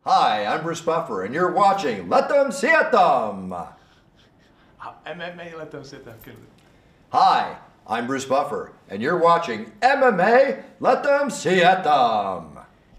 Hi, I'm Bruce Buffer, and you're watching Let Them See It Them! MMA Let Them See It Them. Hi, I'm Bruce Buffer, and you're watching MMA Let Them See It Them!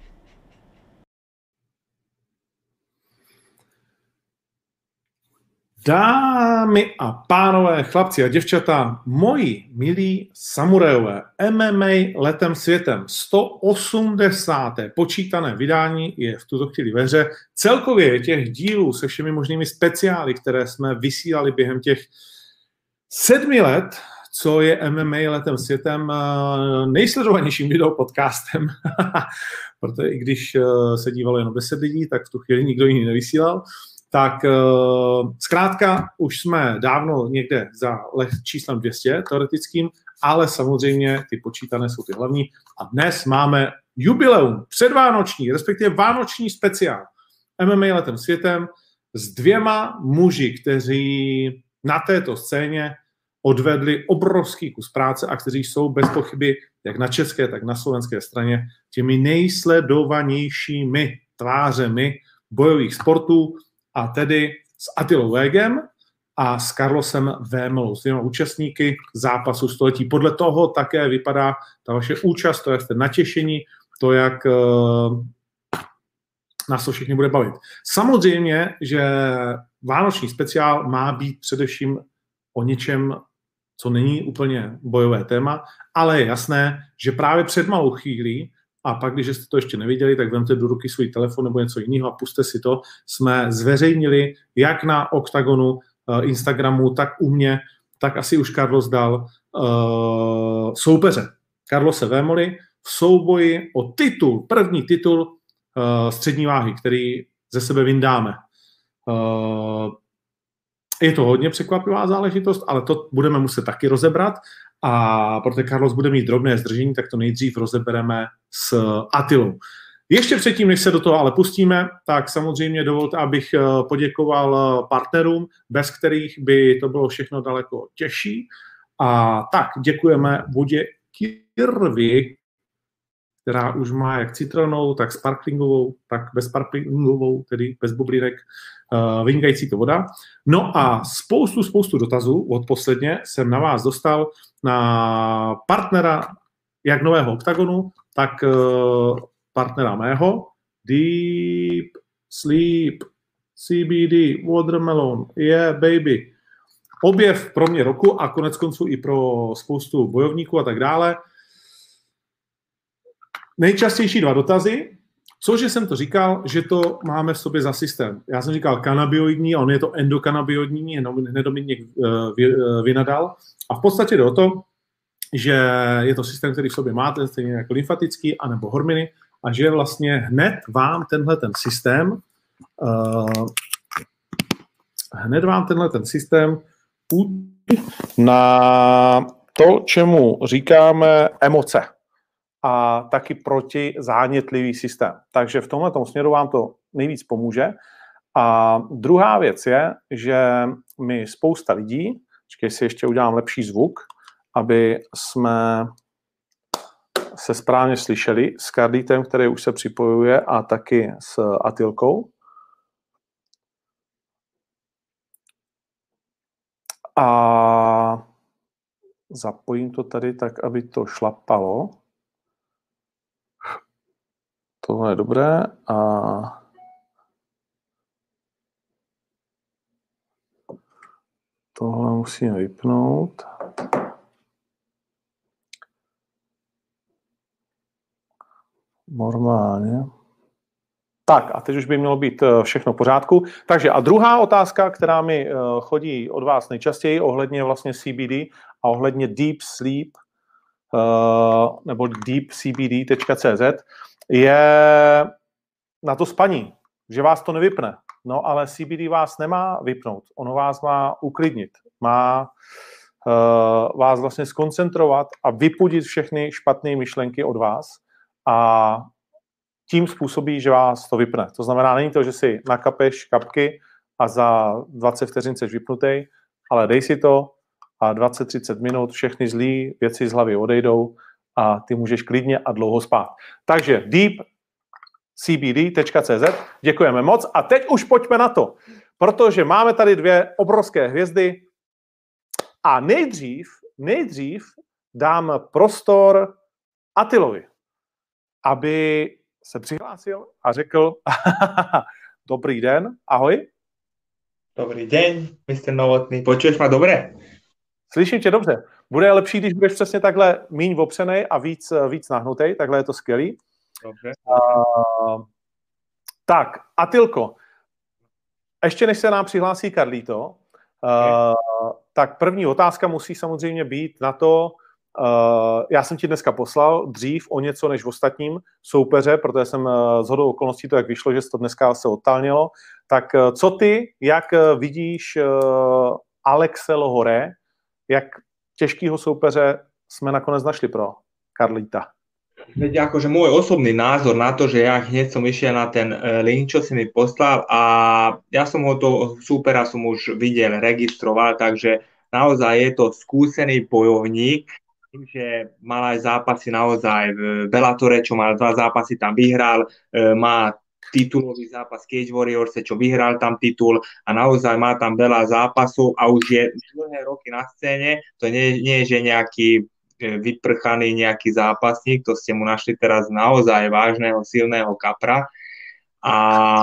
Dámy a pánové, chlapci a děvčata, moji milí samurajové, MMA letem světem, 180. počítané vydání je v tuto chvíli ve hře. Celkově těch dílů se všemi možnými speciály, které jsme vysílali během těch 7 let, co je MMA letem světem nejsledovanějším videopodcastem, protože i když se dívalo jenom 10 lidí, tak v tu chvíli nikdo jiný nevysílal. Tak zkrátka už jsme dávno někde za číslem 200 teoretickým, ale samozřejmě ty počítané jsou ty hlavní. A dnes máme jubileum, předvánoční, respektive vánoční speciál MMA letem světem s 2 muži, kteří na této scéně odvedli obrovský kus práce a kteří jsou bez pochyby jak na české, tak na slovenské straně těmi nejsledovanějšími tvářemi bojových sportů, a tedy s Attilou Végem a s Carlosem Vémolou, s 2 účastníky zápasu století. Podle toho také vypadá ta vaše účast, to, jak jste natěšení, to, jak nás to všichni bude bavit. Samozřejmě, že vánoční speciál má být především o něčem, co není úplně bojové téma, ale je jasné, že právě před malou chvílí, a pak, když jste to ještě neviděli, tak vemte do ruky svůj telefon nebo něco jiného a puste si to, jsme zveřejnili jak na Octagonu, Instagramu, tak u mě, tak asi už Carlos dal soupeře Carlose Vémoly v souboji o titul, první titul střední váhy, který ze sebe vyndáme. Je to hodně překvapivá záležitost, ale to budeme muset taky rozebrat. A protože Carlos bude mít drobné zdržení, tak to nejdřív rozebereme s Attilou. Ještě předtím, než se do toho ale pustíme, tak samozřejmě dovolte, abych poděkoval partnerům, bez kterých by to bylo všechno daleko těžší. A tak děkujeme vodě Kirvy, která už má jak citronovou, tak sparklingovou, tak bez sparklingovou, tedy bez bublinek, vynikající to voda. No a spoustu dotazů od posledně jsem na vás dostal na partnera jak nového Octagonu, tak partnera mého, Deep Sleep, CBD, Watermelon, yeah baby. Objev pro mě roku a konec konců i pro spoustu bojovníků a tak dále. Nejčastější 2 dotazy, cože jsem to říkal, že to máme v sobě za systém. Já jsem říkal kanabioidní, a on je to endokanabioidní, hned Dominik vynadal. A v podstatě jde o to, že je to systém, který v sobě máte, stejně jako lymfatický, anebo hormony, a že vlastně hned vám tenhle ten systém na to, čemu říkáme emoce. A taky protizánětlivý systém. Takže v tomhletom směru vám to nejvíc pomůže. A druhá věc je, že mi spousta lidí, počkej, si ještě udělám lepší zvuk, aby jsme se správně slyšeli s Karlítem, který už se připojuje, a taky s Attilkou. A zapojím to tady tak, aby to šlapalo. Tohle je dobré a tohle musíme vypnout. Normálně. Tak a teď už by mělo být všechno v pořádku. Takže a druhá otázka, která mi chodí od vás nejčastěji ohledně vlastně CBD a ohledně Deep Sleep nebo deepcbd.cz je na to spaní, že vás to nevypne. No ale CBD vás nemá vypnout, ono vás má uklidnit, má vás vlastně skoncentrovat a vypudit všechny špatné myšlenky od vás a tím způsobí, že vás to vypne. To znamená, není to, že si nakapeš kapky a za 20 vteřin jsi vypnutej, ale dej si to a 20-30 minut všechny zlý věci z hlavy odejdou a ty můžeš klidně a dlouho spát. Takže Deep cbd.cz. Děkujeme moc a teď už pojďme na to, protože máme tady 2 obrovské hvězdy a nejdřív dám prostor Attilovi, aby se přihlásil a řekl dobrý den, ahoj. Dobrý deň, Mr. Novotný. Počuješ ma dobre? Slyším tě dobře. Bude lepší, když budeš přesně takhle míň opřenej a víc nahnutej, takhle je to skvělý. Dobře. Tak, Attilko, ještě než se nám přihlásí Carlito, tak první otázka musí samozřejmě být na to, já jsem ti dneska poslal dřív o něco než v ostatním soupeře, protože jsem shodou okolností to, jak vyšlo, že se to dneska se odtalnilo. Tak co ty, jak vidíš Alexe Lohore, jak těžkýho soupeře jsme nakonec našli pro Carlita? Veď akože môj osobný názor na to, že ja hneď som išiel na ten link, čo si mi poslal a ja som ho toho súpera som už videl, registroval, takže naozaj je to skúsený bojovník, tým, že mal aj zápasy naozaj v Bellatore, čo mal 2 zápasy, tam vyhral, má titulový zápas Cage Warriors, čo vyhral tam titul a naozaj má tam veľa zápasov a už je dlhé roky na scéne, to nie je, že nejaký vyprchaný nejaký zápasník, to ste mu našli teraz naozaj vážneho, silného kapra a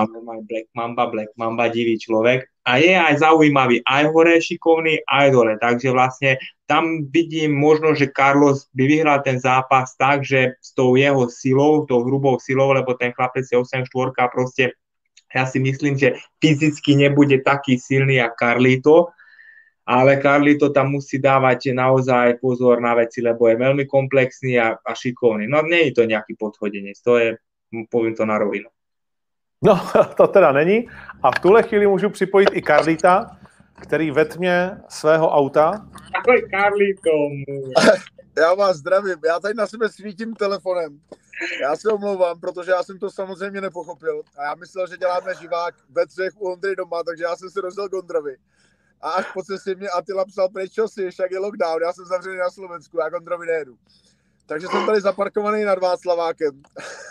Black Mamba, divý človek a je aj zaujímavý, aj hore šikovný, aj dole, takže vlastne tam vidím možno, že Carlos by vyhral ten zápas tak, že s tou jeho silou, tou hrubou silou, lebo ten chlapec je 8'4", proste ja si myslím, že fyzicky nebude taký silný ako Carlito, ale Carlito tam musí dávať naozaj pozor na veci, lebo je veľmi komplexný a šikovný. No nie je to nejaký podhodenec, to je, poviem to na rovinu. No, to teda není. A v tuhle chvíli můžu připojit i Carlita, který ve tmě svého auta. Ahoj, Carlito. Já vás zdravím, já tady na sebe svítím telefonem. Já se omlouvám, protože já jsem to samozřejmě nepochopil. A já myslel, že děláme živák ve 3 u Ondry doma, takže já jsem se rozjel k Ondrovi. A až po cestě mě Attila psal, prečo si, však je lockdown, já jsem zavřený na Slovensku, já k Ondrovi nejedu. Takže jsem tady zaparkovaný nad Václavákem.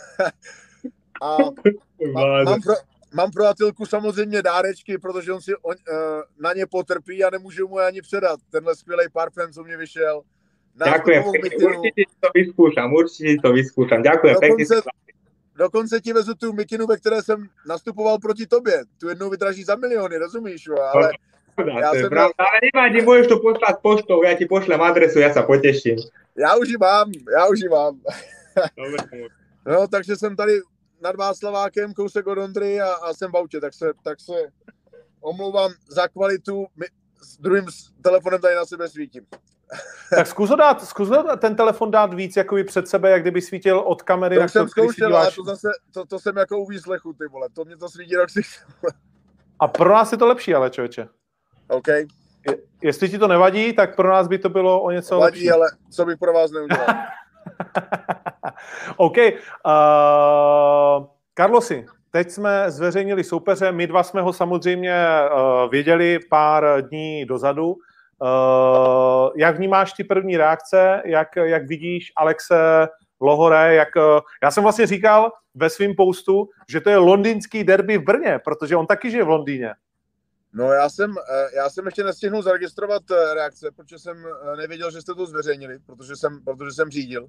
A mám pro Attilku samozřejmě dárečky, protože on si na ně potrpí a nemůžu mu je ani předat. Tenhle skvělej parfém, co mě vyšel. Ďakujem, určite to vyskúšam. Ďakujem pekne. Dokonce ti vezu tu mikinu, ve které jsem nastupoval proti tobě. Tu jednou vydraží za miliony, rozumíš? Jo? Ale ja to je pravda, ale nevadí, môžeš to poslať poštou, ja ti pošlem adresu, ja sa poteším. Já už ji mám. Dobre. No, takže jsem tady nad Václavákem, kousek od Ondry a jsem v autě, tak se omlouvám za kvalitu, s druhým telefonem tady na sebe svítím. Tak zkus ten telefon dát víc jakoby před sebe, jak kdyby svítil od kamery. To jsem zkoušel, ale to jsem jako u výslechu, ty vole, to mě to svítí do ksichtu. A pro nás je to lepší, ale člověče. OK. Jestli ti to nevadí, tak pro nás by to bylo o něco vadí, lepší. Ale co bych pro vás neudělal. OK. Carlosi, teď jsme zveřejnili soupeře, my dva jsme ho samozřejmě věděli pár dní dozadu. Jak vnímáš ty první reakce, jak vidíš Alexe Lohore, já jsem vlastně říkal ve svém postu, že to je londýnský derby v Brně, protože on taky žije v Londýně. No já jsem ještě nestihnul zaregistrovat reakce, protože jsem nevěděl, že jste to zveřejnili, protože jsem řídil.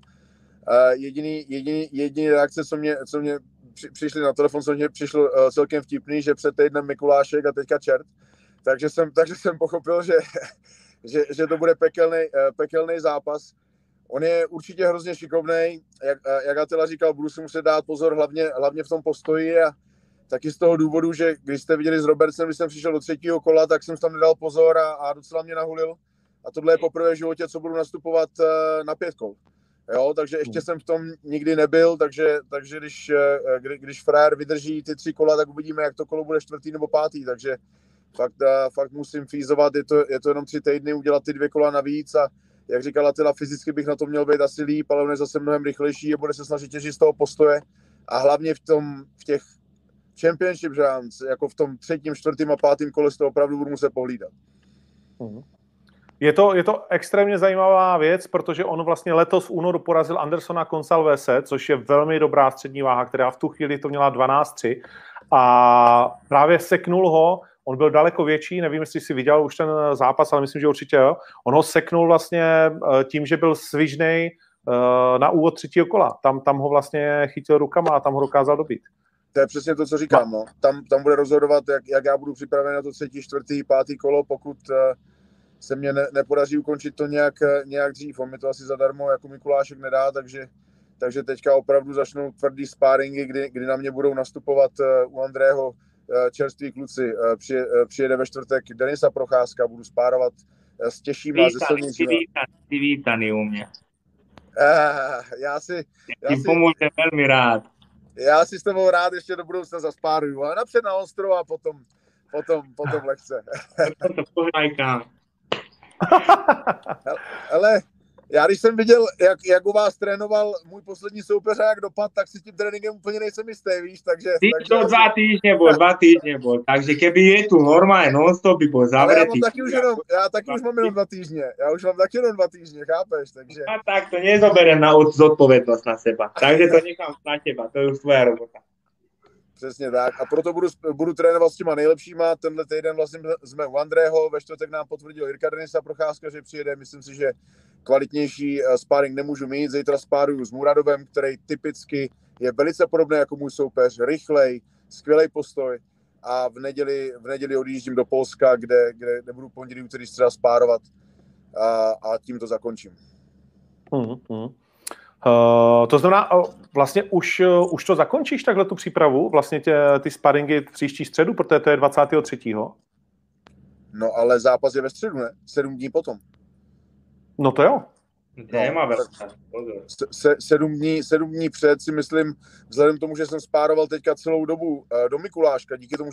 Jediný reakce, co mě přišly na telefon, co mě přišlo celkem vtipný, že před týdnem Mikulášek a teďka čert. Takže jsem pochopil, že to bude pekelný zápas. On je určitě hrozně šikovnej, jak Attila říkal, budu si muset dát pozor hlavně v tom postoji a taky z toho důvodu, že když jste viděli s Robertsem, když jsem přišel do 3. kola, tak jsem tam nedal pozor a docela mě nahulil. A tohle je poprvé v životě, co budu nastupovat na 5 kol. Jo, takže ještě jsem v tom nikdy nebyl, takže když frajer vydrží ty 3 kola, tak uvidíme, jak to kolo bude 4. nebo 5. Takže fakt musím fízovat, je to jenom 3 týdny, udělat ty 2 kola navíc a jak říkala Attila, fyzicky bych na to měl být asi líp, ale on je zase mnohem rychlejší a bude se snažit těžit z toho postoje a hlavně v těch championship rounds, jako v tom 3., 4. a 5. kole z toho opravdu budu muset pohlídat. Je to extrémně zajímavá věc, protože on vlastně letos v únoru porazil Andersona Gonçalvese, což je velmi dobrá střední váha, která v tu chvíli to měla 12-3 a právě seknul ho, on byl daleko větší, nevím, jestli si viděl už ten zápas, ale myslím, že určitě jo. On ho seknul vlastně tím, že byl svižnej na úvod třetího kola. Tam ho vlastně chytil rukama a tam ho dokázal dobít. To je přesně to, co říkám. No. Tam bude rozhodovat, jak já budu připraven na to 3., 4., 5. kolo, pokud se mně nepodaří ukončit to nějak dřív. On mi to asi zadarmo jako Mikulášek nedá, takže teďka opravdu začnou tvrdý sparingy, kdy na mě budou nastupovat u Andrého čerství kluci. Přijede ve čtvrtek Denisa Procházka, budu spárovat s těžšíma, ze silnějšíma. Ty vítaný u mě. Já si pomůže velmi rád. Já si s tebou rád ještě do budoucna zaspáruju, ale napřed na ostro a potom lehce. To pohrajka. Ale já když jsem viděl, jak u vás trénoval můj poslední soupeř a jak dopad, tak si tím tréninkem úplně nejsem jistý, víš, takže... To 2 týždně bol, takže keby je tu normálne non-stop by bol zavretý. Já taky už mám jenom 2 týždně, já už mám taky jenom 2 týždně, chápeš, takže... A tak to nezoberiem na zodpovednosť na seba, takže to nechám na teba, to je už tvoja robota. Přesně tak a proto budu trénovat s těma nejlepšíma, tenhle týden vlastně jsme u Andrého, ve čtvrtek nám potvrdil Jirka Denisa Procházka, že přijede, myslím si, že kvalitnější sparring nemůžu mít, zítra spáruju s Muradovem, který typicky je velice podobný jako můj soupeř, rychlej, skvělý postoj a v neděli odjíždím do Polska, kde budu pondělí, úterý, středa spárovat a tím to zakončím. To znamená, vlastně už to zakončíš takhle tu přípravu, vlastně ty sparingy příští středu, protože to je 23. No ale zápas je ve středu, ne? 7 dní potom. No to jo. Nemá velká. 7 dní před si myslím, vzhledem k tomu, že jsem spároval teďka celou dobu do Mikuláška, díky tomu,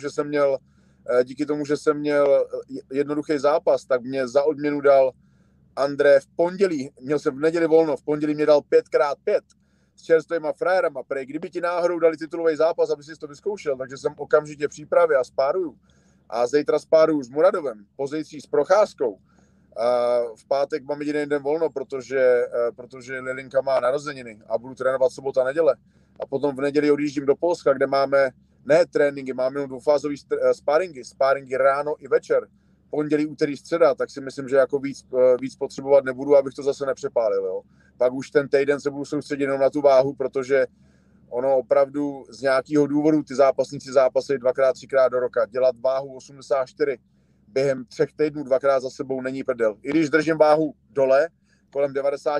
že jsem měl jednoduchý zápas, tak mě za odměnu dal André v pondělí, měl jsem v neděli volno, v pondělí mě dal 5x5 s čerstvýma frajerama, prej, kdyby ti náhodou dali titulový zápas, aby si to vyzkoušel, takže jsem okamžitě v přípravě a spáruju. A zítra spáruju s Muradovem, pozítří s Procházkou. A v pátek mám jediný den volno, protože Lilinka má narozeniny a budu trénovat sobota, neděle. A potom v neděli odjíždím do Polska, kde máme ne tréninky, máme jenom dvoufázový sparingy ráno i večer. Pondělí, úterý, středa, tak si myslím, že jako víc potřebovat nebudu, abych to zase nepřepálil. Jo. Pak už ten týden se budu soustředit jenom na tu váhu, protože ono opravdu z nějakého důvodu ty zápasníci zápasejí 2x, 3x do roka. Dělat váhu 84 během 3 týdnů 2x za sebou není prdel. I když držím váhu dole, kolem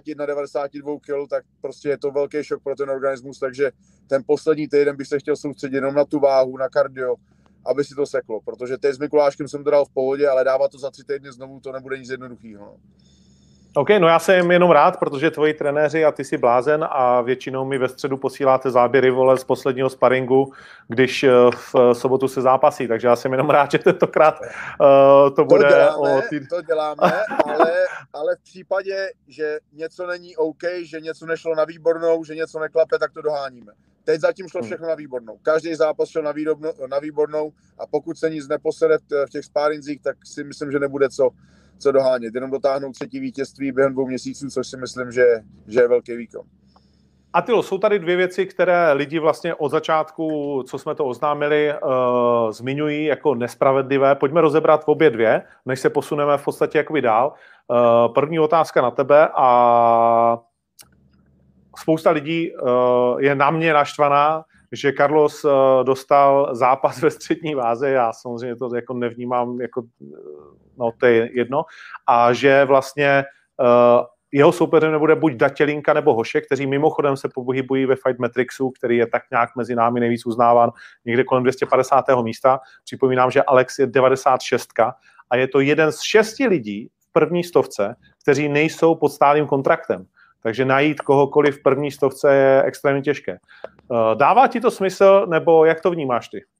91-92 kg, tak prostě je to velký šok pro ten organismus, takže ten poslední týden bych se chtěl soustředit jenom na tu váhu, na kardio, aby si to seklo, protože teď s Mikuláškem jsem to dal v pohodě, ale dávat to za 3 týdny znovu, to nebude nic jednoduchého. OK, no já jsem jenom rád, protože tvoji trenéři a ty jsi blázen a většinou mi ve středu posíláte záběry, vole, z posledního sparingu, když v sobotu se zápasí, takže já jsem jenom rád, že tentokrát to bude... To děláme, ale v případě, že něco není OK, že něco nešlo na výbornou, že něco neklape, tak to doháníme. Teď zatím šlo všechno na výbornou. Každý zápas šel na výbornou a pokud se nic neposede v těch sparinzích, tak si myslím, že nebude co dohánět. Jenom dotáhnout 3. vítězství během 2 měsíců, což si myslím, že je velký výkon. Atilo, jsou tady 2 věci, které lidi vlastně od začátku, co jsme to oznámili, zmiňují jako nespravedlivé. Pojďme rozebrat obě 2, než se posuneme v podstatě jakoby dál. První otázka na tebe a spousta lidí je na mě naštvaná, že Carlos dostal zápas ve střední váze, já samozřejmě to jako nevnímám, jako, no to je jedno, a že vlastně jeho soupeřem nebude buď Datělinka nebo Hošek, kteří mimochodem se pohybují ve Fight Matrixu, který je tak nějak mezi námi nejvíc uznáván někde kolem 250. místa. Připomínám, že Alex je 96 a je to jeden z 6 lidí v první 100, kteří nejsou pod stálým kontraktem. Takže najít kohokoliv v první 100 je extrémně těžké. Dává ti to smysl, nebo jak to vnímáš ty?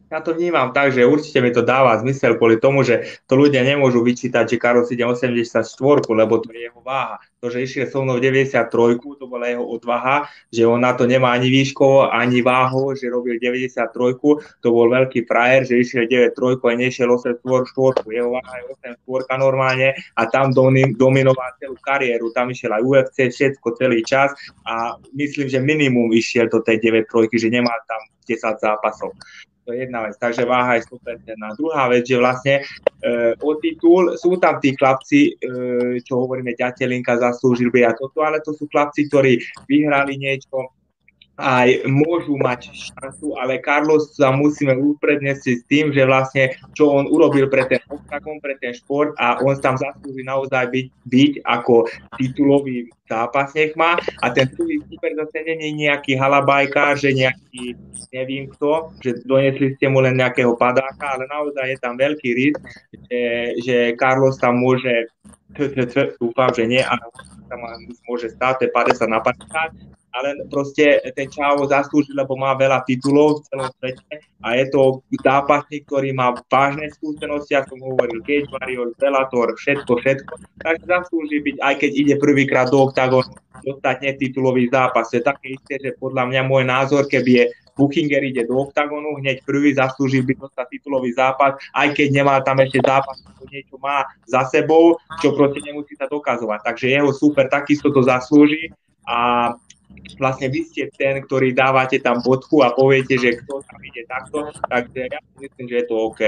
Ja to vnímam tak, že určite mi to dáva zmysel kvôli tomu, že to ľudia nemôžu vyčítať, že Carlos ide 84, lebo to je jeho váha. To, že išiel so mnou 93, to bola jeho odvaha, že on na to nemá ani výškovo, ani váhu, že robil 93, to bol veľký frajer, že išiel 93 a nešiel 84, jeho váha je 84 normálne a tam dominoval celú kariéru, tam išiel aj UFC, všetko celý čas a myslím, že minimum išiel do tej 93, že nemal tam 10 zápasov. To je jedna vec, takže váha je 100%. Druhá vec, že vlastne o titul sú tam tí chlapci, čo hovoríme, Ďatelinka zaslúžil by a toto, ale to sú chlapci, ktorí vyhrali niečo, aj môžu mať šancu, ale Carlos sa musíme upredniesť s tým, že vlastne čo on urobil pre ten oktagon, pre ten šport a on tam zaslúži naozaj byť ako titulový zápasník má a ten druhý super zase nie je nejaký halabajka, že nejaký neviem kto, že donesli ste mu len nejakého padáka, ale naozaj je tam veľký risk, že Carlos tam môže, dúfam, že nie, ale tam môže stáť 50 na 50, ale proste ten Čavo zaslúžil, lebo má veľa titulov v celom svete a je to zápasník, ktorý má vážne skúsenosti, ako som hovoril, Cage Warriors, Bellator, všetko, takže zaslúži byť, aj keď ide prvýkrát do oktagonu, dostať netitulový zápas. To je také isté, že podľa mňa môj názor, keby je Buchinger ide do oktagonu, hneď prvý zaslúžil by dostať titulový zápas, aj keď nemá tam ešte zápas, niečo má za sebou, čo proste nemusí sa dokazovať. Takže jeho super takisto to zaslúži a vlastne vy ste ten, ktorý dávate tam bodku a poviete, že kto tam ide takto, takže ja myslím, že je to OK.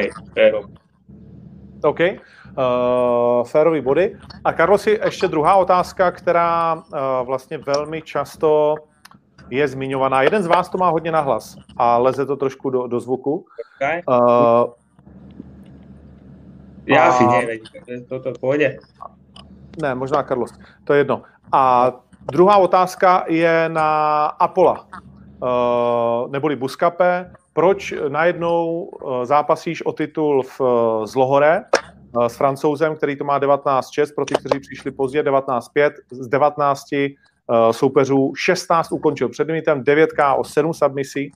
OK, férový body. A Karlosi, ještě druhá otázka, která vlastně velmi často je zmiňovaná. Jeden z vás to má hodně nahlas a leze to trošku do zvuku. Okay. Já si nevím, toto půjde. Ne, možná Carlos, to je jedno. A druhá otázka je na Apola, neboli Buscape. Proč najednou zápasíš o titul v Zlohore s Francouzem, který to má 19-6, pro ty, kteří přišli pozdě, 19-5, z 19 soupeřů 16 ukončil před limitem, 9 KO, 7 submisí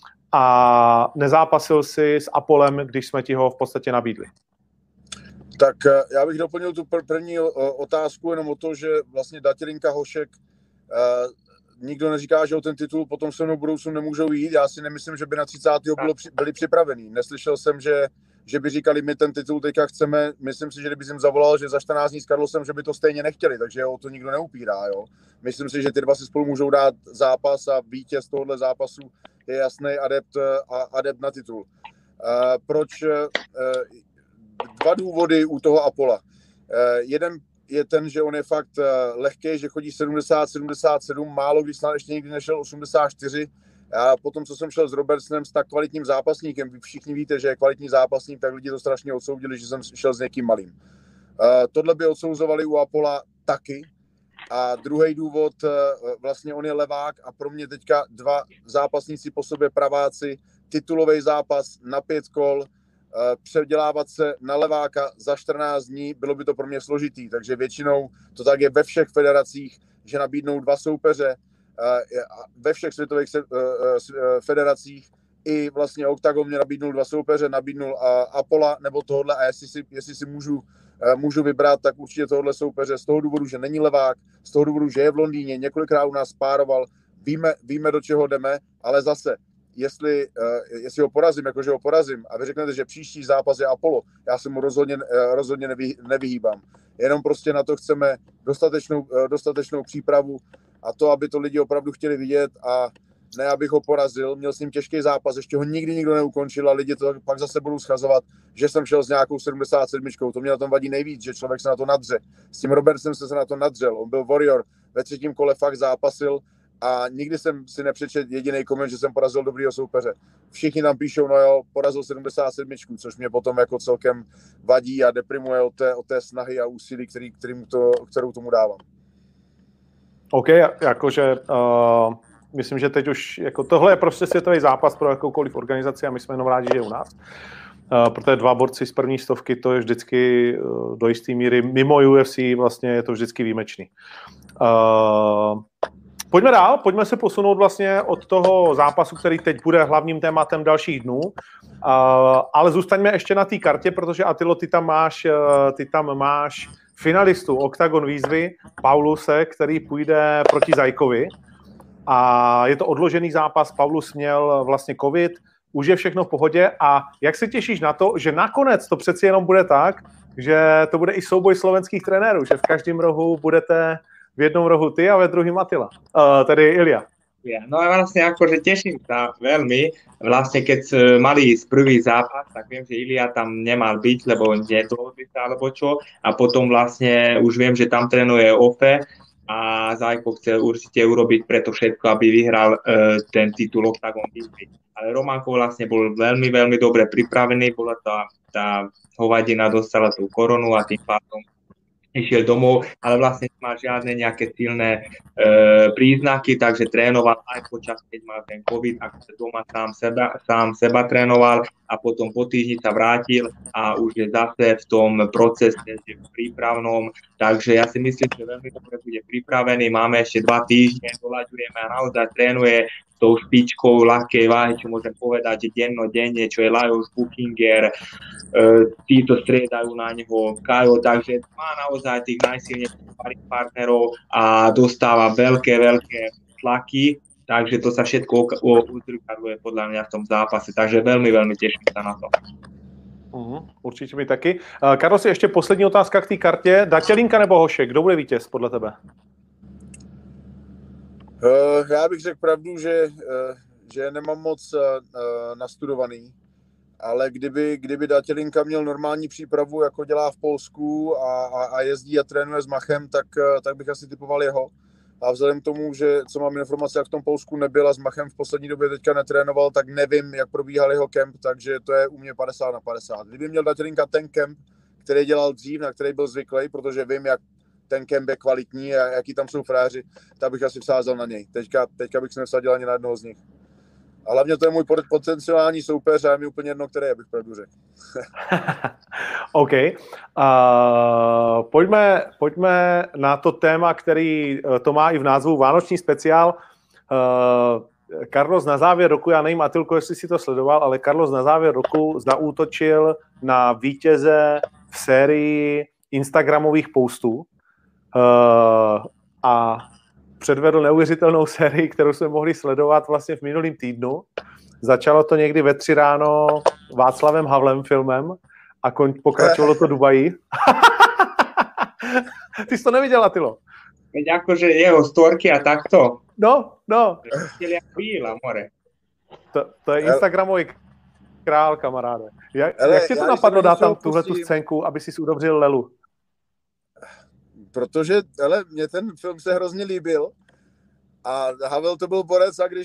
a nezápasil si s Apolem, když jsme ti ho v podstatě nabídli. Tak já bych doplnil tu první otázku jenom o to, že vlastně Ďatelinka, Hošek, nikdo neříká, že o ten titul potom se mnou budoucnu nemůžou jít. Já si nemyslím, že by na 30. byli připravení. Neslyšel jsem, že by říkali, my ten titul teďka chceme. Myslím si, že kdyby jsem zavolal, že za 14 dní s Carlosem, že by to stejně nechtěli, takže o to nikdo neupírá. Jo. Myslím si, že ty dva si spolu můžou dát zápas a vítěz tohohle zápasu je jasný adept na titul. Proč? Dva důvody u toho Apola. Jeden je ten, že on je fakt lehký, že chodí 70-77, málo když snad ještě nikdy nešel 84. A potom, co jsem šel s Robertsonem, s tak kvalitním zápasníkem, vy všichni víte, že je kvalitní zápasník, tak lidi to strašně odsoudili, že jsem šel s někým malým. Tohle by odsouzovali u Apola taky. A druhý důvod, vlastně on je levák a pro mě teďka dva zápasníci po sobě praváci, titulový zápas na 5 kol, předělávat se na leváka za 14 dní, bylo by to pro mě složitý, takže většinou to tak je ve všech federacích, že nabídnou dva soupeře, ve všech světových federacích i vlastně Octagon mě nabídnul dva soupeře, nabídnul Apola nebo tohle a jestli si můžu vybrat, tak určitě tohle soupeře z toho důvodu, že není levák, z toho důvodu, že je v Londýně, několikrát u nás pároval, víme do čeho jdeme, ale zase jestli ho porazím, jakože ho porazím a vy řeknete, že příští zápas je Apollo, já se mu rozhodně nevyhýbám. Jenom prostě na to chceme dostatečnou přípravu a to, aby to lidi opravdu chtěli vidět a ne, abych ho porazil. Měl s ním těžký zápas, ještě ho nikdy nikdo neukončil a lidi to pak zase budou schazovat, že jsem šel s nějakou 77. To mě na tom vadí nejvíc, že člověk se na to nadře. S tím Robertsem se na to nadřel. On byl warrior, ve 3. kole fakt zápasil a nikdy jsem si nepřečetl jediný koment, že jsem porazil dobrýho soupeře. Všichni tam píšou, no jo, porazil 77, což mě potom jako celkem vadí a deprimuje od té snahy a úsilí, kterou tomu dávám. OK, jakože myslím, že teď už jako tohle je prostě světový zápas pro jakoukoliv organizaci a my jsme jenom rádi, že je u nás. Protože dva borci z první stovky, to je vždycky do jisté míry, mimo UFC vlastně je to vždycky výjimečný. Pojďme dál, pojďme se posunout vlastně od toho zápasu, který teď bude hlavním tématem dalších dnů, ale zůstaňme ještě na té kartě, protože Atilo, ty tam máš finalistu Octagon výzvy Pauluse, který půjde proti Zajkovi a je to odložený zápas, Paulus měl vlastně covid, už je všechno v pohodě a jak se těšíš na to, že nakonec to přeci jenom bude tak, že to bude i souboj slovenských trenérů, že v každém rohu budete v jednom rohu ty a ve druhým Attila, tedy Ilja. No a vlastne akože teším sa veľmi, vlastne keď mali ísť prvý zápas, tak viem, že Ilja tam nemal byť, lebo nedohodli sa alebo čo a potom vlastne už viem, že tam trénuje Ofe a Zajko chce určite urobiť preto všetko, aby vyhral ten titul Octagon výzvy. Ale Romanko vlastne bol veľmi, veľmi dobre pripravený, bola tá hovadina dostala tú koronu a tým pádom išiel domov, ale vlastne má žiadne nejaké silné príznaky, takže trénoval aj počas, keď mal ten COVID, ako sa doma sám seba trénoval a potom po týždni sa vrátil a už je zase v tom procese, že v prípravnom, takže ja si myslím, že veľmi dobre bude pripravený, máme ešte 2 týždne, doľaďujeme a naozaj trénuje tou špičkou ľahkej váhy, čo môžem povedať, že dennodenne, čo je Lajos Buchinger, títo striedajú na neho Kajo, takže má naozaj tých najsilnejších partnerov a dostáva veľké tlaky, takže to sa všetko uzrkadluje podľa mňa v tom zápase, takže veľmi, veľmi teším sa na to. Určitě mi taky. Karlo, si ještě poslední otázka k té kartě. Datělinka nebo Hošek? Kdo bude vítěz podle tebe? Já bych řekl pravdu, že nemám moc nastudovaný, ale kdyby Datělinka měl normální přípravu, jako dělá v Polsku a jezdí a trénuje s Machem, tak bych asi typoval jeho. A vzhledem k tomu, že co mám informace, jak v tom Polsku nebyl a s Machem v poslední době teďka netrénoval, tak nevím, jak probíhal jeho kemp, takže to je u mě 50/50. Kdyby měl Datělinka ten kemp, který dělal dřív, na který byl zvyklý, protože vím, jak ten kemp je kvalitní a jaký tam jsou fréři, tak bych asi vsázel na něj. Teďka bych se nevsadil ani na jednoho z nich. A hlavně to je můj potenciální soupeř a je mi úplně jedno, který, abych pravdu řekl. OK. Pojďme na to téma, který to má i v názvu Vánoční speciál. Carlos na závěr roku, já nevím, Atilko, jestli si to sledoval, ale Carlos na závěr roku zaútočil na vítěze v sérii instagramových postů a předvedl neuvěřitelnou sérii, kterou jsme mohli sledovat vlastně v minulým týdnu. Začalo to někdy ve 3 ráno Václavem Havlem filmem a pokračovalo to Dubaji. Ty jsi to neviděl, Atilo? Veď akože jeho storky a takto. No. To je instagramový král, kamaráde. Jak tě to napadlo dát tam tuhletu scénku, aby si udobřil Lelu? Protože, mně ten film se hrozně líbil a Havel to byl borec a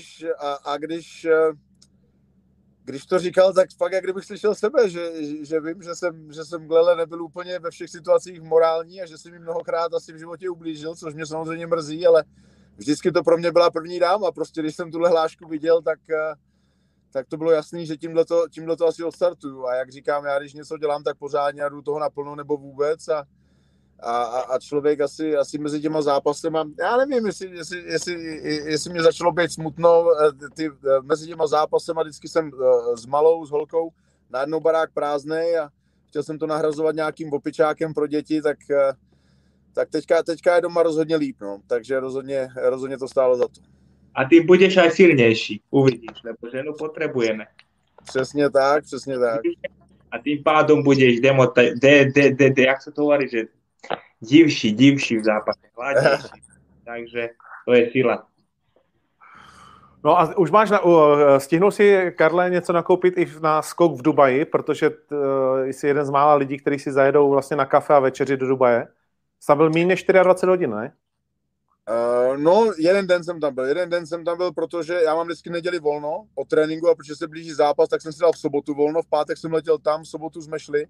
když to říkal, tak fakt jak kdybych slyšel sebe, že vím, že jsem k Lele nebyl úplně ve všech situacích morální a že jsem mi mnohokrát asi v životě ublížil, což mě samozřejmě mrzí, ale vždycky to pro mě byla první dáma. Prostě když jsem tuhle hlášku viděl, tak to bylo jasný, že tímhle to asi odstartuju. A jak říkám, já když něco dělám, tak pořádně a jdu toho naplno nebo vůbec a člověk asi mezi těma zápasema, já nevím, jestli mě začalo být smutno, mezi těma zápasema vždycky jsem s malou, s holkou, najednou barák prázdnej a chtěl jsem to nahrazovat nějakým opičákem pro děti, tak teďka je doma rozhodně líp, no. Takže rozhodně to stálo za to. A ty budeš aj silnější, uvidíš, lebo ženu potrebujeme. Přesně tak. A tým pádom budeš jak sa to hovorí, že divší v zápase, hladnější. Takže to je sila. No a už stihnul si, Karle, něco nakoupit i na skok v Dubaji, protože jsi jeden z mála lidí, kteří si zajedou vlastně na kafe a večeři do Dubaje. Tam byl méně než 24 hodin, ne? No, jeden den jsem tam byl, protože já mám vždycky neděli volno od tréninku a protože se blíží zápas, tak jsem si dal v sobotu volno, v pátek jsem letěl tam, v sobotu jsme šli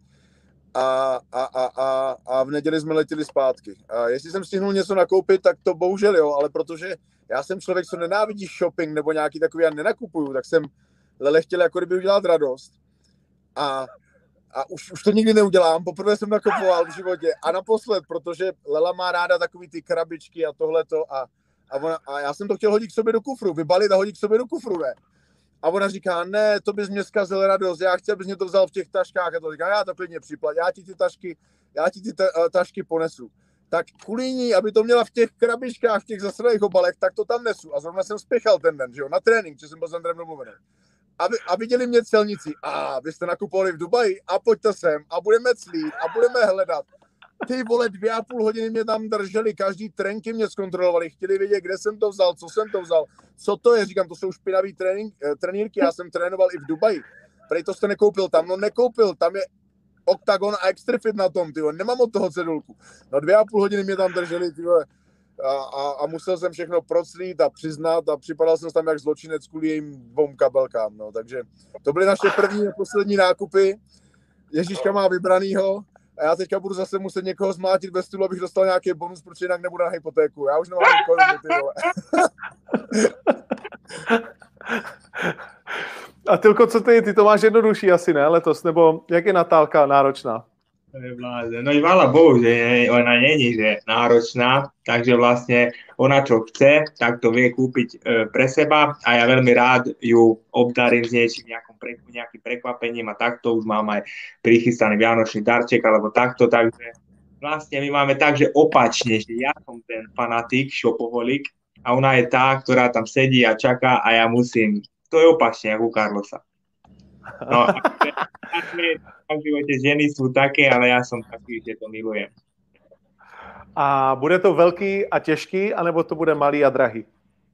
a v neděli jsme letěli zpátky. A jestli jsem stihnul něco nakoupit, tak to bohužel jo, ale protože já jsem člověk, co nenávidí shopping nebo nějaký takový, já nenakupuju, tak jsem Lele chtěl jako kdyby udělat radost a už to nikdy neudělám, poprvé jsem nakupoval v životě a naposled, protože Lela má ráda takový ty krabičky a tohleto a A já jsem to chtěl hodit k sobě do kufru, vybalit a hodit k sobě do kufru, ne? A ona říká, ne, to bys mě zkazil radost, já chci, abys mě to vzal v těch taškách. A to říká, já to klidně připlať, já ti ty tašky ponesu. Tak kvůli ní, aby to měla v těch krabičkách, v těch zasraných obalech, tak to tam nesu. A zrovna jsem spěchal ten den, že jo, na trénink, že jsem byl s Andrem domluvený. A viděli mě celníci, vy jste nakupovali v Dubaji, a pojďte sem, a budeme clít, a budeme hledat. Ty vole, 2,5 hodiny mě tam drželi, každý trenky mě zkontrolovali, chtěli vědět, kde jsem to vzal, co jsem to vzal, co to je, říkám, to jsou špinavý trenýrky, já jsem trénoval i v Dubaji. Prej to jste nekoupil tam, no nekoupil, tam je Octagon a Extrafit na tom, tyjo, nemám od toho cedulku. No 2,5 hodiny mě tam drželi, tyjo, a musel jsem všechno proclít a přiznat a připadal jsem tam jak zločinec kvůli jejím 2 kabelkám, no, takže to byly naše první a poslední nákupy, Ježíška má vybranýho a já teďka budu zase muset někoho zmlátit bez stůlu, abych dostal nějaký bonus, protože jinak nebudu na hypotéku, já už nemám koruny, ty vole. A Tylko, co ty to máš jednodušší asi, ne, letos, nebo jak je Natálka náročná? No i chvála Bohu, že ona není že náročná, takže vlastne ona čo chce, tak to vie kúpiť pre seba a ja veľmi rád ju obdarím s nejakým prekvapením a takto už mám aj prichystaný vianočný darček alebo takto, takže vlastne my máme tak, že opačne, že ja som ten fanatik, shopoholik a ona je tá, ktorá tam sedí a čaká a ja musím, to je opačne, ako u Carlosa. No, v živote ženy sú také, ale ja som taký, že to milujem. A bude to veľký a těžký, anebo to bude malý a drahý?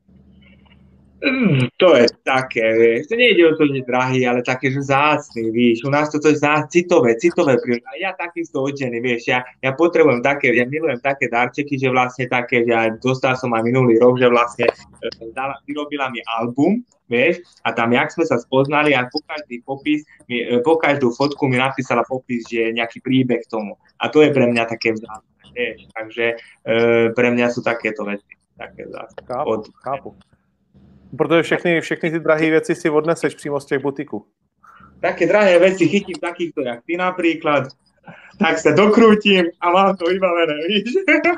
To je také, vieš. To nejde o to, že drahý, ale také, že vzácný, víš. U nás to je citové príležitosti. Ale ja takisto od ženy, vieš. Ja potrebujem také, ja milujem také darčeky, že vlastne také, že aj dostal som aj minulý rok, že vlastne vyrobila mi album, vieš, a tam, jak sme sa spoznali, a po každú fotku mi napísala popis, že nejaký príbeh k tomu. A to je pre mňa také vzácne, vieš. Takže pre mňa sú takéto veci. Také vzácne. Chápu. Protože všechny ty drahé věci si odneseš přímo z těch butiků. Také drahé veci chytím takýchto, jak ty napríklad, tak sa dokrútim a mám to vybavené, víš?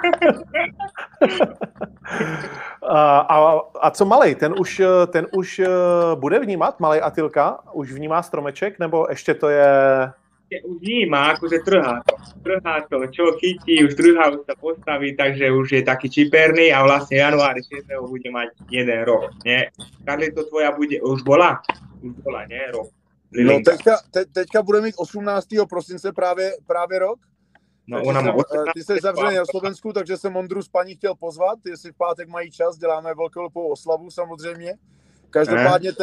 A co malej? Ten už bude vnímat, malej Atylka? Už vnímá stromeček, nebo ještě to je... Už vníma, akože trhá to, čo chytí, už trhá, už sa postaví, takže už je taký čiperný a vlastne januári 6. bude mať 1 rok, nie? Karlito, tvoja bude, už bola, nie, rok. No teďka bude mít 18. prosince právě rok. No, ty jsi zavřený na Slovensku, takže jsem Ondru s paní chtěl pozvat, jestli v pátek mají čas, děláme velkolepou oslavu samozřejmě. Každopádně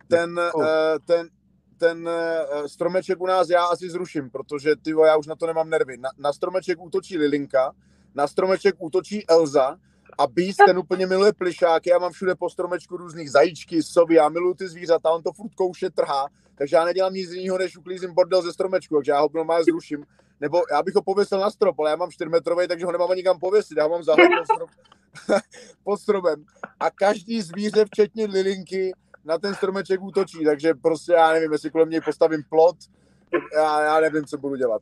ten stromeček u nás já asi zruším, protože já už na to nemám nervy. Na stromeček útočí Lilinka, na stromeček útočí Elza a Beast, ten úplně miluje plišáky, já mám všude po stromečku různých zajíčky, sovy, já miluji ty zvířata, on to furt kouše, trhá, takže já nedělám nic jiného, než uklízím bordel ze stromečku, takže já ho normálně zruším. Nebo já bych ho pověsil na strop, ale já mám 4metrový, takže ho nemám nikam pověsit, já ho mám zahled pod stropem. A každý zvíře, včetně Lilinky, na ten stromeček útočí, takže prostě já nevím, jestli kolem něj postavím plot, já nevím, co budu dělat.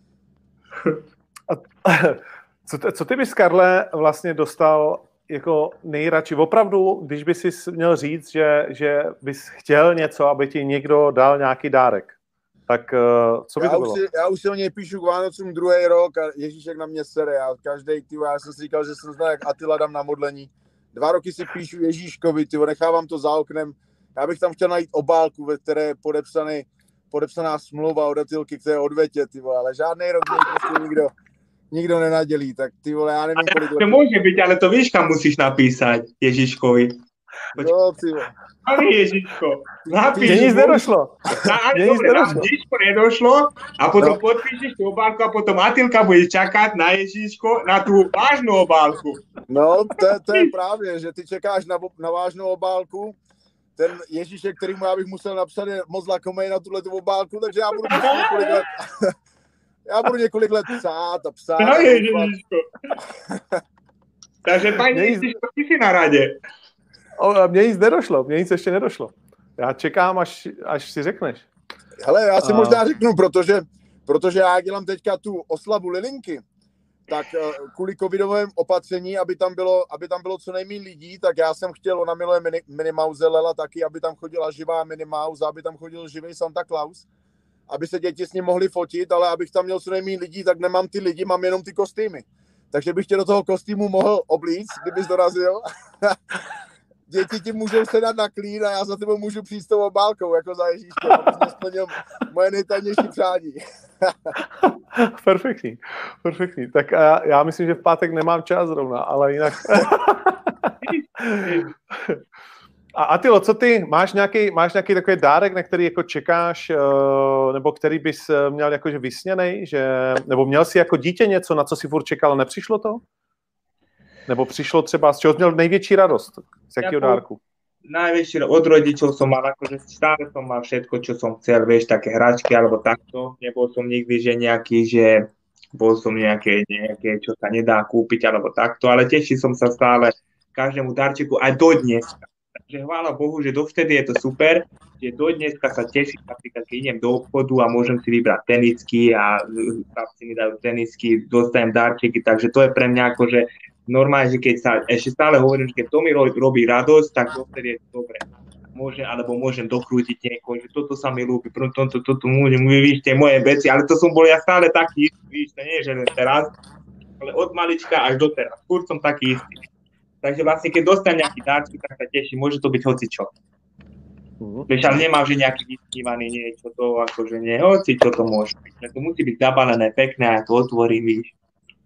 Co ty bys, Karle, vlastně dostal jako nejradši? Opravdu, když bys si měl říct, že bys chtěl něco, aby ti někdo dal nějaký dárek, tak co by to bylo? Já už si o něj píšu k Vánocům 2. rok a Ježíšek na mě sere. Já jsem si říkal, že jsem znal, jak Attila dám na modlení. 2 roky si píšu Ježíškovi, nechávám to za oknem. Já bych tam chtěl najít obálku, ve které je podepsaná smlouva od Attylky, které je odvetě, ale žádnej rok prostě nikdo nenadělí, tak já nevím, kolik let. To může být, ale to víš, kam musíš napísat Ježíškovi. No, Ale Ježíško, napíš. Mně nic nedošlo. Ježíško nedošlo a potom podpíšeš tú obálku a potom Attylka bude čakať na Ježíško, na tú vážnu obálku. No, to je právě, že ty čekáš na vážnou obálku. Ten Ježíšek, kterýmu já bych musel napsat, je moc lakomej na tuhletu obálku, takže já budu několik let... Já budu několik let psát. No, Ježíško. Takže paní Ježíško, ty si na radě. Mně nic ještě nedošlo. Já čekám, až si řekneš. Hele, já si možná řeknu, protože já dělám teďka tu oslavu Lilinky, tak kvůli covidovém opatření, aby tam bylo co nejméně lidí, tak já jsem chtěl, ona miluje Minnie Mouse, Lela taky, aby tam chodila živá Minnie Mouse, aby tam chodil živý Santa Claus, aby se děti s ním mohli fotit, ale abych tam měl co nejméně lidí, tak nemám ty lidi, mám jenom ty kostýmy. Takže bych tě do toho kostýmu mohl oblíct, kdybys dorazil. Děti ti můžou sedat na klín a já za tebou můžu přijít s tou obálkou, jako za Ježíškem, abys mě splnil moje nejtajnější přání. Perfektní. Tak já myslím, že v pátek nemám čas zrovna, ale jinak... A Atilo, co ty? Máš nějaký takový dárek, na který jako čekáš, nebo který bys měl jakože vysněnej, nebo měl jsi jako dítě něco, na co jsi furt čekal, nepřišlo to? Nebo přišlo třeba, z čeho jsi měl největší radost? Z jakého dárku? Najväčšie od rodičov som mal, akože stále som mal všetko, čo som chcel, vieš, také hračky alebo takto. Nebol som nikdy, že nejaký, že bol som nejaké, čo sa nedá kúpiť alebo takto, ale teší som sa stále každému darčeku aj do dneska. Takže chvála Bohu, že dovtedy je to super, že do dneska sa teším, napríklad keď idem do obchodu a môžem si vybrať tenisky a chlapci mi dajú tenisky, dostanem darčeky, takže to je pre mňa akože normálne, že keď sa ešte stále hovorím, že keď to mi robí radosť, tak dovtedy je to dobré. Môžem dokrútiť niekoho, že toto sa mi ľúbi, toto môžem, víš, tie moje veci, ale to som bol ja stále taký istý, víš, to nie je, že len teraz, ale od malička až do teraz, furt som taký istý. Takže vlastne, keď dostanem nejaký darček, tak sa teším, môže to byť hocičo. Vieš, ale nemám, že nejaký vysnívaný niečo, to akože nie, hocičo to môže byť. To musí byť zabalené pekné, a ja to otvorím, víš.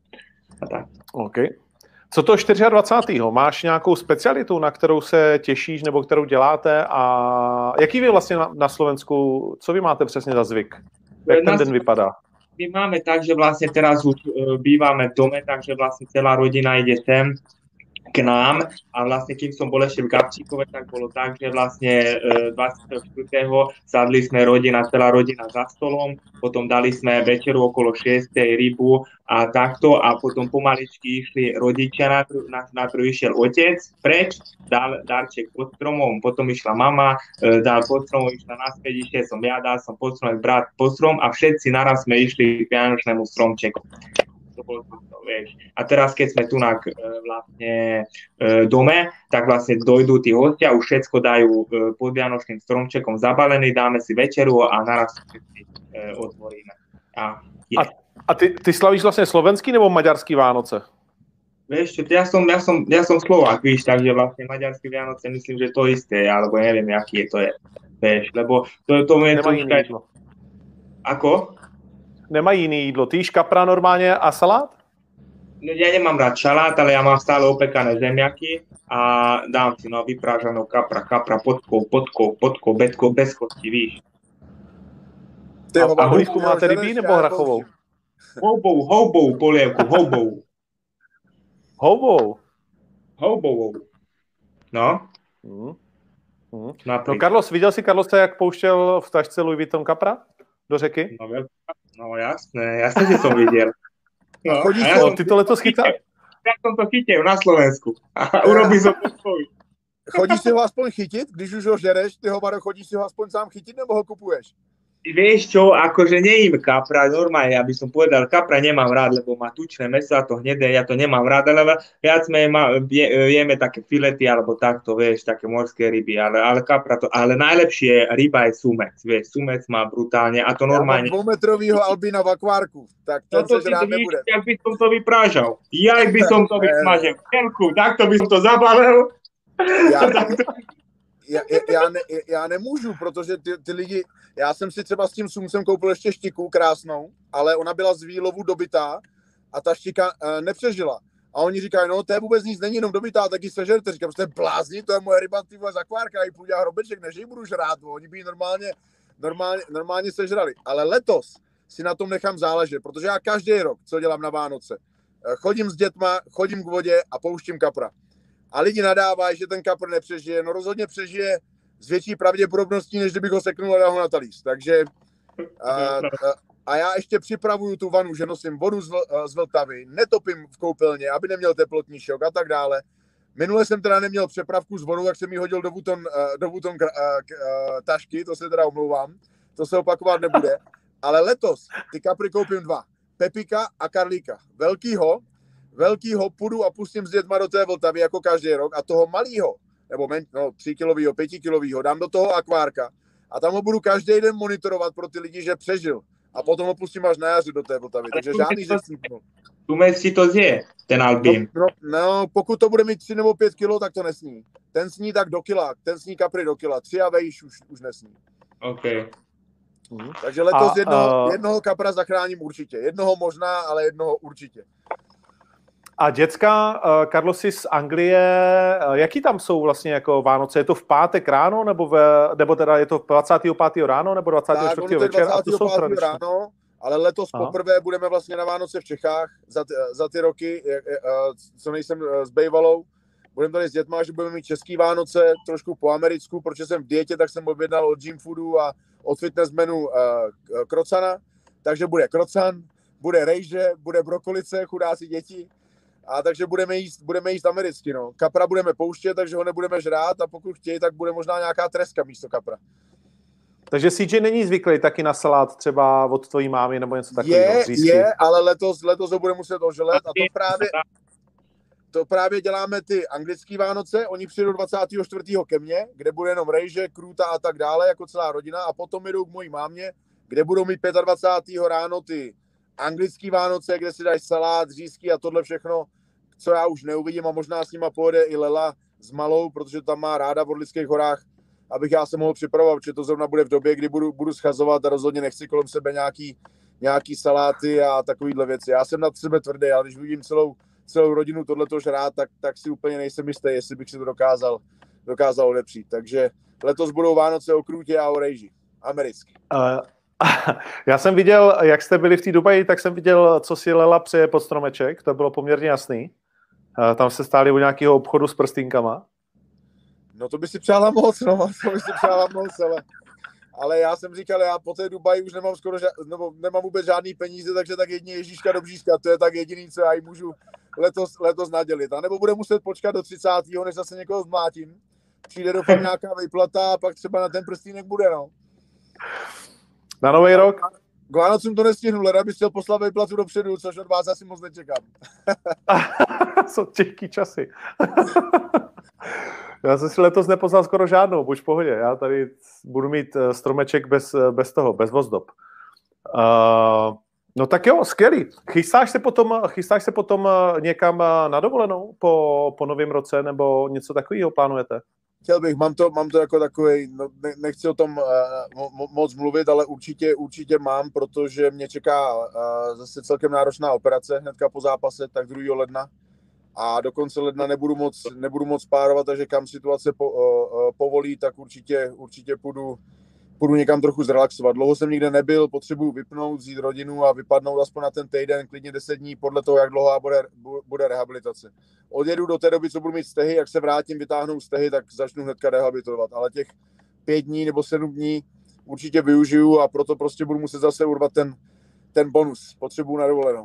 A tak. OK. Co to 24. Máš nějakou specialitu, na kterou se těšíš nebo kterou děláte a jaký vy vlastně na Slovensku, co vy máte přesně za zvyk? Jak ten den vypadá? My máme tak, že vlastne teraz už bývame v dome, takže vlastne celá rodina ide sem k nám a vlastne kým som bol ešte v Gabčíkove, tak bolo tak, že vlastne 24. sadli sme celá rodina za stolom, potom dali sme večeru okolo 6. rybu a takto a potom pomaličky išli rodičia, najprv išiel otec preč, dal darček pod stromom, potom išla mama, dal pod stromom, išla naspäť, išiel som ja, dal som pod strom, brat pod strom a všetci naraz sme išli k vianočnému stromčeku. To bolo to, vieš. A teraz, keď sme tu na vlastne dome, tak vlastne dojdú tí hostia, už všetko dajú pod vianočným stromčekom zabalený, dáme si večeru a naraz všetci otvoríme. A ty slavíš vlastne slovenský nebo maďarský Vánoce? Vieš čo, ja som Slovák, víš, takže vlastne maďarský Vianoce myslím, že to isté, alebo neviem, aký to je, vieš, lebo to je troška... Ako? Nemají jiný jídlo. Ty jíš kapra normálně a salát? No, ja nemám rád šalát, ale ja mám stále opekané zemiaky a dám si vyprážanú kapra podkou, betkou, bez kosti, víš. A holívku máte rybí nebo hrachovou? Houbou, polievku, houbou. Houbou. No. No, Carlos, viděl jsi Carlose, jak pouštěl v tašce Louis Vuitton kapra do řeky? No jasné, že som videl. No, ty to letos chytal? Ja som to chytil na Slovensku. A urobí som to svoj. Chodíš si ho aspoň chytit, když už ho žereš, ty hovado, chodíš si ho aspoň sám chytit, nebo ho kupuješ? Vieš čo, akože nejím kapra, normálne, ja by som povedal, kapra nemám rád, lebo má tučné mäso a to hnedé, ja to nemám rád, ale viac jeme také filety, alebo takto, vieš, také morské ryby, ale kapra to, ale najlepšie ryba je sumec, vieš, sumec má brutálne a to normálne. Ja mám 2-metrovýho albína v akvárku, tak ten to sežrát nebude. Jak by som to vyprážal, jak by som to vysmažil v kelku, takto by som to zabalil. Já nemůžu, protože ty lidi, já jsem si třeba s tím sumcem koupil ještě štiku krásnou, ale ona byla z výlovu dobytá a ta štika nepřežila. A oni říkají, no to je vůbec nic, není jenom dobytá, taky sežerte. Říkám, jste blázni, to je moje ryba, ty vole, z akvárka, jí půjde hrobeček, než jí budu žrát, oni by ji normálně sežrali. Ale letos si na tom nechám záležet, protože já každý rok, co dělám na Vánoce, chodím s dětma, chodím k vodě a pouštím kapra. A lidi nadávají, že ten kapr nepřežije. No rozhodně přežije s větší pravděpodobností, než kdybych ho seknul a dal ho na talíř. Takže a já ještě připravuju tu vanu, že nosím vodu z Vltavy, netopím v koupelně, aby neměl teplotní šok a tak dále. Minule jsem teda neměl přepravku s vodou, tak jsem ji hodil do Vuitton tašky, to se teda omlouvám, to se opakovat nebude. Ale letos ty kapry koupím 2. Pepika a Karlíka. Velkýho půjdu a pustím s dětma do té Vltavy jako každý rok a toho malýho, nebo 3kilovýho, 5kilovýho, dám do toho akvárka a tam ho budu každý den monitorovat pro ty lidi, že přežil. A potom ho pustím až na jaře do té Vltavy, takže žádný řečníků. Tu si to zje, ten albín. No, pokud to bude mít 3 nebo 5 kilo, tak to nesní. Ten sní tak do kila, ten sní kapry do kila, 3 a vejš už nesní. OK. Takže letos jednoho kapra zachráním určitě. Jednoho možná, ale jednoho určitě. A děcka, Carlosi z Anglie, jaký tam jsou vlastně jako Vánoce? Je to v pátek ráno, nebo teda je to 25. ráno, nebo 24. večer? Tak, 25. ráno, ale letos poprvé budeme vlastně na Vánoce v Čechách za ty roky, co nejsem s Bejvalou. Budeme tady s dětma, že budeme mít český Vánoce, trošku po americku, protože jsem v dietě, tak jsem objednal od Gym Foodu a od fitness menu krocana. Takže bude krocan, bude rejže, bude brokolice, chudáci děti. A takže budeme jíst americky, no. Kapra budeme pouštět, takže ho nebudeme žrát a pokud chtějí, tak bude možná nějaká treska místo kapra. Takže CJ není zvyklý taky na salát třeba od tvojí mámy nebo něco takového? Je, ale letos ho bude muset oželet a to právě děláme ty anglický Vánoce, oni přijdou 24. ke mně, kde bude jenom rejže, krůta a tak dále, jako celá rodina a potom jdou k mojí mámě, kde budou mít 25. ráno ty anglický Vánoce, kde si dají salát, řízky a tohle všechno, co já už neuvidím a možná s nima pojede i Lela s malou, protože tam má ráda v Orlických horách, abych já se mohl připravovat, protože to zrovna bude v době, kdy budu schazovat a rozhodně nechci kolem sebe nějaký saláty a takovýhle věci. Já jsem nad sebe tvrdý, ale když vidím celou rodinu tohleto žrát, tak si úplně nejsem jistý, jestli bych si to dokázal odepřít. Takže letos budou Vánoce o krůtě a o rejži. Americky. Já jsem viděl, jak jste byli v té Dubaji, tak jsem viděl, co si Lela přeje pod stromeček, to bylo poměrně jasný. Tam se stáli u nějakého obchodu s prstýnkama. No to by si přála moc, ale já jsem říkal, já po té Dubaji už nemám nemám vůbec žádný peníze, takže tak jedině Ježíška do bříška, to je tak jediný, co já jí můžu letos nadělit. A nebo bude muset počkat do 30. než zase někoho zmlátím. Přijde doufám nějaká výplata a pak třeba na ten prstýnek bude, no. Na nový rok? K Vánocům to nestihnu, Leda by chtěl poslat výplatu dopředu, což od vás asi moc nečekám. Jsou těžký časy. Já jsem si letos nepoznal skoro žádnou, buď v pohodě. Já tady budu mít stromeček bez ozdob. No tak jo, skvělý. Chystáš se potom někam na dovolenou po novém roce, nebo něco takového plánujete? Chtěl bych, mám to jako takový, no, nechci o tom moc mluvit, ale určitě mám, protože mě čeká zase celkem náročná operace hnedka po zápase, tak 2. ledna. A do konce ledna nebudu moc párovat, takže kam situace povolí, tak určitě půjdu někam trochu zrelaxovat. Dlouho jsem nikde nebyl, potřebuji vypnout, vzít rodinu a vypadnout aspoň na ten týden, klidně 10 dní, podle toho, jak dlouhá bude rehabilitace. Odjedu do té doby, co budu mít stehy, jak se vrátím, vytáhnu stehy, tak začnu hnedka rehabilitovat. Ale těch 5 dní nebo 7 dní určitě využiju a proto prostě budu muset zase urvat ten bonus. Potřebuji na dovolenou.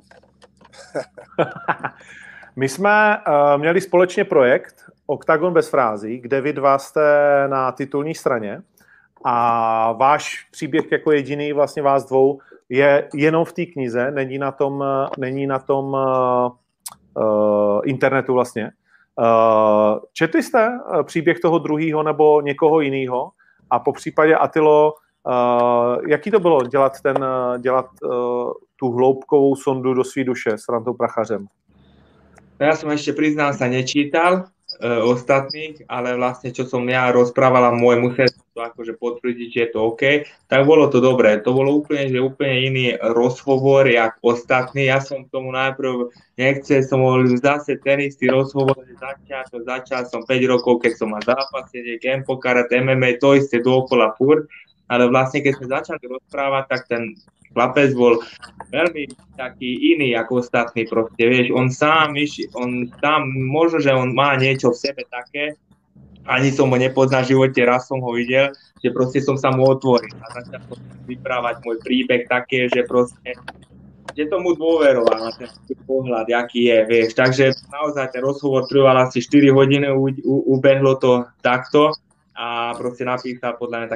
My jsme měli společně projekt Oktagon bez frází, kde vy dva jste na titulní straně a váš příběh jako jediný vlastně vás dvou je jenom v té knize, není na tom internetu vlastně. Četli jste příběh toho druhého nebo někoho jiného a po případě Attilo, jaký to bylo dělat tu hloubkovou sondu do svý duše s Frantou Prachařem? Ja som ešte, priznám sa, nečítal ostatných, ale vlastne, čo som ja rozprávala, musel to akože potvrdiť, že je to OK, tak bolo to dobré. To bolo úplne iný rozhovor, jak ostatní. Ja som k tomu najprv nechcel, som mohol zase ten istý rozhovor, že začal som 5 rokov, keď som mal zápasenie, Kempo, karate, MMA, to isté dookola furt, ale vlastne, keď sme začali rozprávať, tak ten chlapec bol veľmi taký iný ako ostatní proste, vieš, on sám, možno, že on má niečo v sebe také, ani som ho nepoznal v živote, raz som ho videl, že proste som sa mu otvoril a začal som vyprávať môj príbeh také, že proste, že tomu dôveroval na ten pohľad, aký je, vieš, takže naozaj ten rozhovor trval asi 4 hodiny, ubehlo to takto a proste napísal podľa mňa taký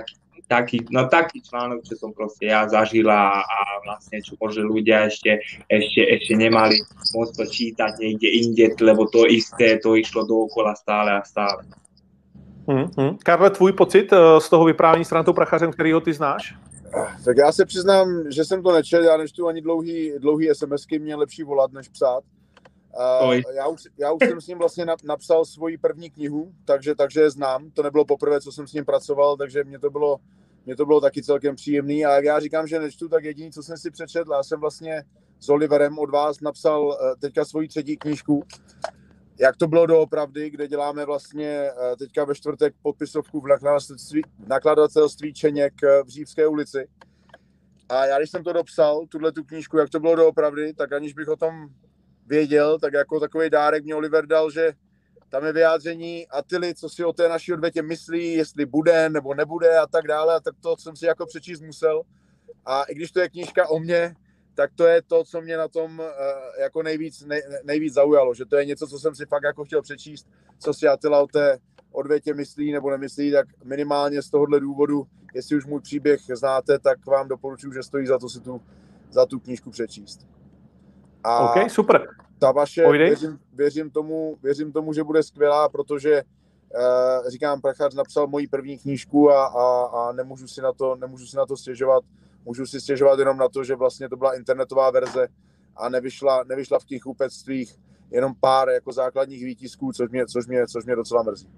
taký článok, čo som proste ja zažila a vlastne čo možno ľudia ešte nemali môcť to čítať niekde inde, lebo to isté, to išlo dookola stále a stále. Karle, tvůj pocit z toho vyprávění s Frantou Prachařem, kterýho ty znáš? Tak já se přiznám, že jsem to nečetl, já nečtu ani dlouhý SMSky, mě lepší volat, než psát. Já už jsem s ním vlastně napsal svoji první knihu, takže je znám. To nebylo poprvé, co jsem s ním pracoval, takže mě to bylo taky celkem příjemný. A jak já říkám, že nečtu, tak jediný, co jsem si přečetl, já jsem vlastně s Oliverem od vás napsal teďka svoji 3. knížku, jak to bylo doopravdy, kde děláme vlastně teďka ve čtvrtek podpisovku v nakladatelství Čeněk v Řívské ulici. A já, když jsem to dopsal, tu knížku, jak to bylo doopravdy, tak aniž bych o tom věděl, tak jako takový dárek mě Oliver dal, že tam je vyjádření Attily, co si o té naší odvětě myslí, jestli bude nebo nebude a tak dále. A tak to jsem si jako přečíst musel. A i když to je knížka o mně, tak to je to, co mě na tom jako nejvíc zaujalo, že to je něco, co jsem si fakt jako chtěl přečíst, co si Attila o té odvětě myslí nebo nemyslí, tak minimálně z tohohle důvodu, jestli už můj příběh znáte, tak vám doporučuji, že stojí za to si za tu knížku přečíst. A OK, super. Ta vaše, věřím tomu, že bude skvělá, protože říkám, Prachař napsal moji první knížku a nemůžu si na to stěžovat. Můžu si stěžovat jenom na to, že vlastně to byla internetová verze a nevyšla v knihkupectvích, jenom pár jako základních výtisků, což mě docela mrzí.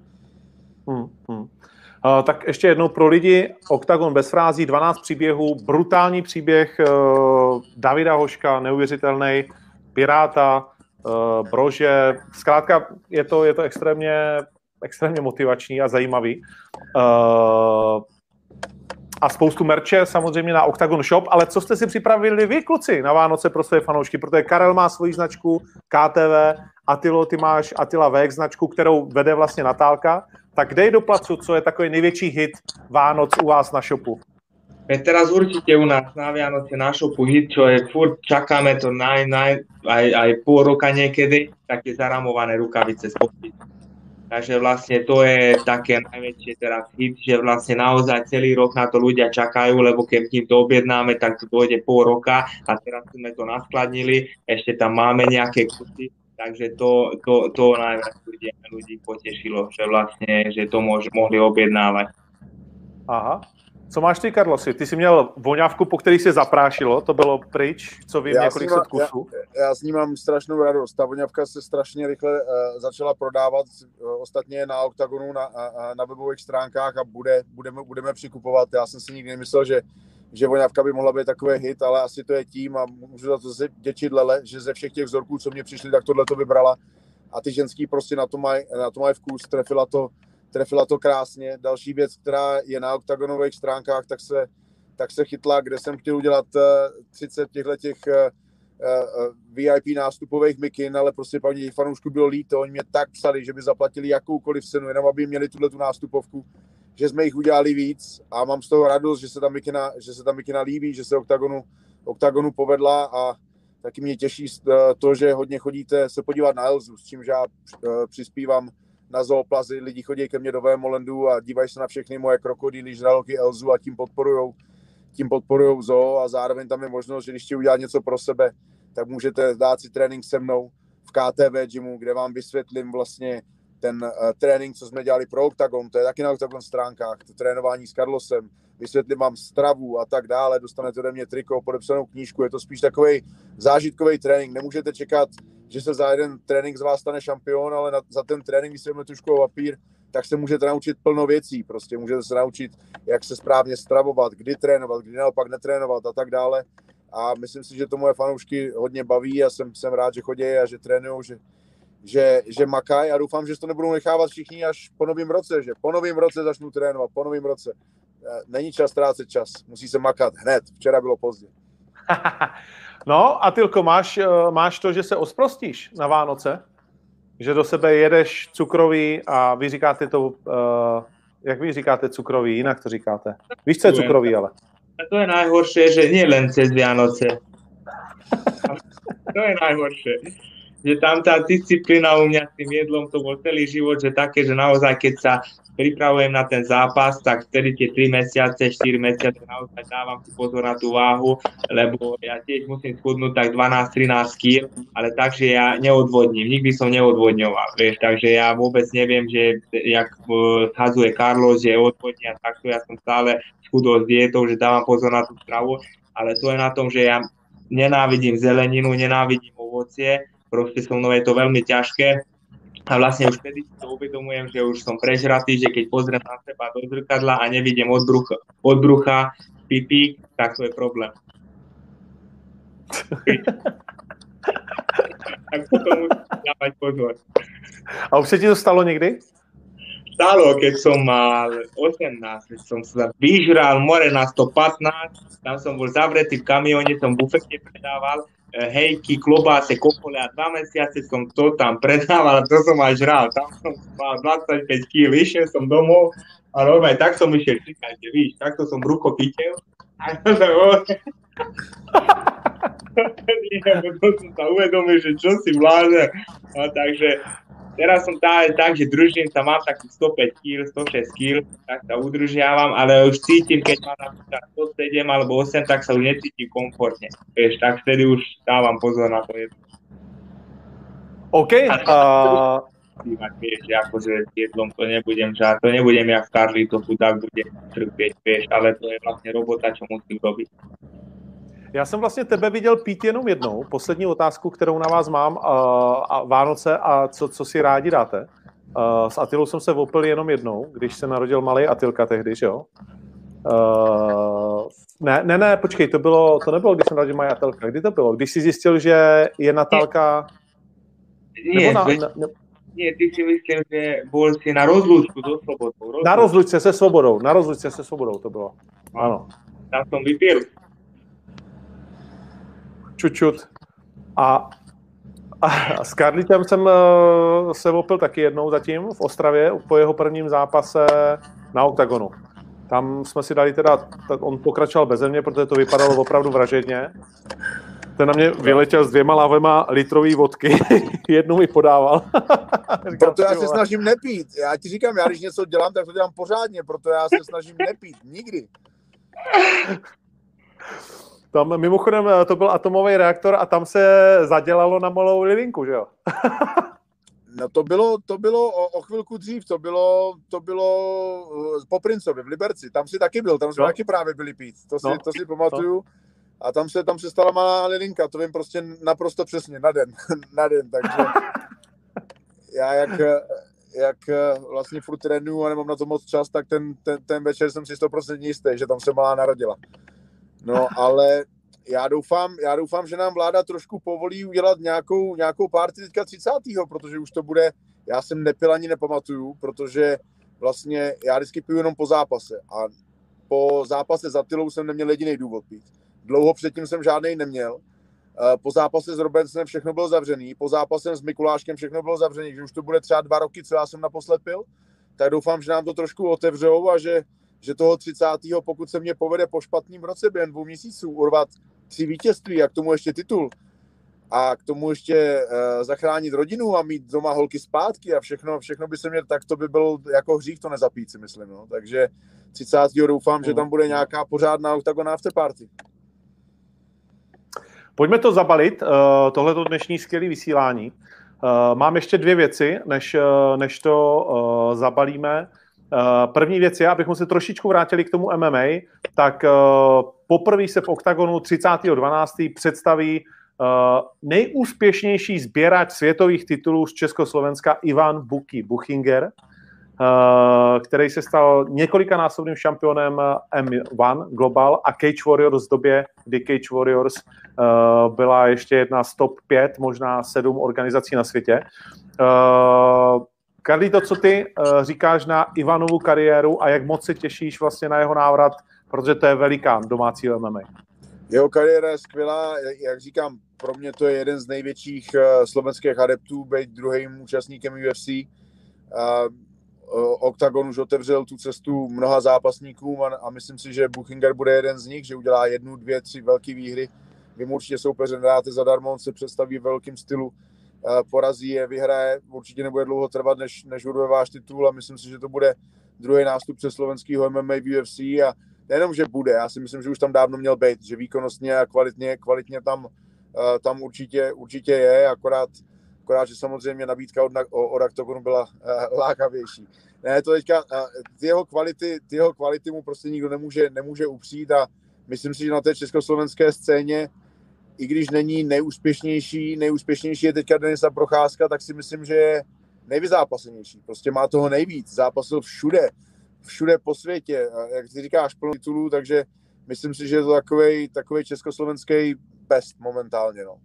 Tak ještě jednou pro lidi, Oktagon bez frází, 12 příběhů, brutální příběh Davida Hoška, neuvěřitelný, Piráta, Brože, zkrátka je to extrémně motivační a zajímavý. A spoustu merče samozřejmě na Oktagon Shop, ale co jste si připravili vy, kluci, na Vánoce pro své fanoušky, protože Karel má svoji značku KTV, Attilo, ty máš Attila Vek značku, kterou vede vlastně Natálka, tak dej do placu, co je takový největší hit Vánoc u vás na shopu. Teraz určite u nás na Vianoce na shopu hit, čo je furt, čakáme to aj pol roka niekedy, také zaramované rukavice z podpisu. Takže vlastne to je také najväčšie teraz hit, že vlastne naozaj celý rok na to ľudia čakajú, lebo keď im to objednáme, tak to dojde pol roka a teraz sme to naskladnili, ešte tam máme nejaké kusy, takže to najviac ľudí potešilo, že vlastne, že to mohli objednávať. Aha. Co máš ty, Karlosi? Ty jsi měl voňavku, po který se zaprášilo, to bylo pryč, co vím, několik set kusů. Já s ní mám strašnou radost. Ta voňavka se strašně rychle začala prodávat, ostatně na Oktagonu, na webových stránkách a budeme přikupovat. Já jsem si nikdy nemyslel, že voňavka by mohla být takový hit, ale asi to je tím a můžu za to děčit Lele, že ze všech těch vzorků, co mě přišli, tak tohle to vybrala a ty ženský prostě na to mají vkus, trefila to krásně. Další věc, která je na oktagonových stránkách, tak se chytla, kde jsem chtěl udělat 30 těch VIP nástupových mikin, ale prostě paní těch fanoušků bylo líto, oni mě tak psali, že by zaplatili jakoukoliv cenu, jenom aby měli tu nástupovku, že jsme jich udělali víc a mám z toho radost, že se ta mikina líbí, že se oktagonu povedla a taky mě těší to, že hodně chodíte se podívat na Elzu, s čímž já přispívám na zooplazy, lidi chodí ke mně do Vémolandu a dívají se na všechny moje krokodýly, žraloky, Elzu a tím podporujou zoo a zároveň tam je možnost, že když chtějí udělat něco pro sebe, tak můžete dát si trénink se mnou v KTV gymu, kde vám vysvětlím vlastně ten trénink, co jsme dělali pro Oktagon, to je taky na Oktagon stránkách, to trénování s Carlosem, vysvětlím vám stravu a tak dále, dostanete ode mě triko, podepsanou knížku, je to spíš takovej zážitkový trénink, nemůžete čekat, že se za jeden trénink z vás stane šampion, ale za ten trénink, když se vezmete tužkou papír, tak se můžete naučit plno věcí, prostě můžete se naučit, jak se správně stravovat, kdy trénovat, kdy naopak netrénovat a tak dále. A myslím si, že to moje fanoušky hodně baví a jsem rád, že chodí a že trénujou, že makají a doufám, že to nebudou nechávat všichni až po novém roce, že po novém roce začnu trénovat, po novém roce. Není čas ztrácet čas, musí se makat hned, včera bylo pozdě. No a Tylko, máš to, že se osprostíš na Vánoce? Že do sebe jedeš cukrový a vy říkáte to, jak vy říkáte cukrový, jinak to říkáte. Víš, co je cukrový, ale? To je najhoršie, že nie len cez Vianoce. To je najhoršie. že tam tá disciplína u mňa s tým jedlom, to bol celý život, že také, že naozaj, keď sa pripravujem na ten zápas, tak vtedy tie 3 mesiace, 4 mesiace naozaj dávam si pozor na tú váhu, lebo ja tiež musím schudnúť tak 12-13 kg, ale takže ja neodvodním, nikdy som neodvodňoval, vieš, takže ja vôbec neviem, že jak zhadzuje Carlos, že odvodní a takto, ja som stále schudol s dietou, že dávam pozor na tú stravu, ale to je na tom, že ja nenávidím zeleninu, nenávidím ovocie, proste so mnou je to veľmi ťažké. A vlastne už vtedy si to uvedomujem, že už som prežratý, že keď pozriem na seba do zrkadla a nevidím od brucha pipík, tak to je problém. Tak potom musím dávať pozor. A už se ti to stalo někdy? Stalo, keď som mal 18, keď som sa vyžral more na 115, tam som bol zavretý v kamióne, som bufete predával, hejky, klobáse, kopole a 2 mesiace som to tam predával a to som aj žral. Tam som mal 25 kg, išiel som domov a normálne tak som išiel, čítajte, víš, takto som brucho chytil. A potom som sa uvedomil, že čo si vláže. No, takže teraz som tak, že držím sa, mám takých 105 kg, 106 kg, tak sa udržiavam, ale už cítim, keď mám napríklad 107 alebo 8, tak sa už necítim komfortne. Vieš, tak vtedy už dávam pozor na to jedlo. OK. Vieš, akože jedlom to nebudem žať, to nebudem jak Carlito, chudák budem trpieť, vieš, ale to je vlastne robota, čo musím robiť. Já jsem vlastně tebe viděl pít jenom jednou. Poslední otázku, kterou na vás mám, a Vánoce a co si rádi dáte. S Atilou jsem se opil jenom jednou, když se narodil malý Atilka tehdy, že jo? Ne, počkej, to nebylo, když se narodil malý Atilka. Kdy to bylo? Když jsi zjistil, že je Natálka... Nie, ty si myslím, že bol si na rozlúčku so Slobodou. Na rozlučce se Svobodou to bylo. Ano. Tam som vypil. Čučut. A s Karlítem jsem se opil taky jednou zatím v Ostravě po jeho prvním zápase na Oktagonu. Tam jsme si dali on pokračoval beze mě, protože to vypadalo opravdu vražedně. Ten na mě vyletěl s 2 lahvema litrový vodky, jednu mi podával. Proto já se snažím nepít. Já ti říkám, já když něco dělám, tak to dělám pořádně, proto já se snažím nepít. Nikdy. Tam mimochodem to byl atomový reaktor a tam se zadělalo na malou lilinku, že jo? No to bylo o chvilku dřív, to bylo po Princovi v Liberci, tam si taky byl, tam jsme taky právě byli pít, to si pamatuju. A tam se stala malá lilinka, to vím prostě naprosto přesně, na den, takže já jak vlastně furt trénuju a nemám na to moc čas, tak ten večer jsem si 100% jistý, že tam se malá narodila. No, ale já doufám, že nám vláda trošku povolí udělat nějakou party teďka 30. protože už to bude, já jsem nepil ani nepamatuju, protože vlastně já vždycky piju jenom po zápase a po zápase s Attilou jsem neměl jediný důvod pít. Dlouho předtím jsem žádnej neměl. Po zápase s Robertsonem všechno bylo zavřený, po zápase s Mikuláškem všechno bylo zavřený, že už to bude třeba 2 roky, co já jsem naposled pil, tak doufám, že nám to trošku otevřou a že toho 30. pokud se mě povede po špatným roce během 2 měsíců urvat 3 vítězství a k tomu ještě titul a k tomu ještě zachránit rodinu a mít doma holky zpátky a všechno by se měl, tak to by byl jako hřích to nezapít, si myslím. No. Takže 30. doufám, že tam bude nějaká pořádná Octagon afterparty. Pojďme to zabalit, tohleto dnešní skvělé vysílání. Mám ještě 2 věci, než to zabalíme. První věc je, abychom se trošičku vrátili k tomu MMA, tak poprvé se v Octagonu 30.12. představí nejúspěšnější sběrač světových titulů z Československa Ivan Buky Buchinger, který se stal několikanásobným šampionem M1 Global a Cage Warriors v době, kdy Cage Warriors byla ještě jedna z top 5, možná 7 organizací na světě. Carlito, co ty říkáš na Ivanovu kariéru a jak moc se těšíš vlastně na jeho návrat, protože to je velikán domácího MMA? Jeho kariéra je skvělá, jak říkám, pro mě to je jeden z největších slovenských adeptů, být druhým účastníkem UFC. Octagon už otevřel tu cestu mnoha zápasníkům a myslím si, že Buchinger bude jeden z nich, že udělá 1, 2, 3 velké výhry. Vy mu určitě soupeře nedáte zadarmo, on se představí v velkém stylu. porazí je, vyhraje. Určitě nebude dlouho trvat, než urve titul a myslím si, že to bude druhý nástup slovenského MMA v UFC a nejenom, že bude, já si myslím, že už tam dávno měl být, že výkonnostně a kvalitně tam určitě je, akorát, že samozřejmě nabídka od Octagonu byla lákavější. Ne, to teďka, ty jeho kvality mu prostě nikdo nemůže upřít a myslím si, že na té československé scéně, i když není nejúspěšnější je teďka Denisa Procházka, tak si myslím, že je nejvyzápasenější. Prostě má toho nejvíc, zápasil všude po světě, jak ty říkáš, plno titulů, takže myslím si, že je to takovej československý best momentálně. No.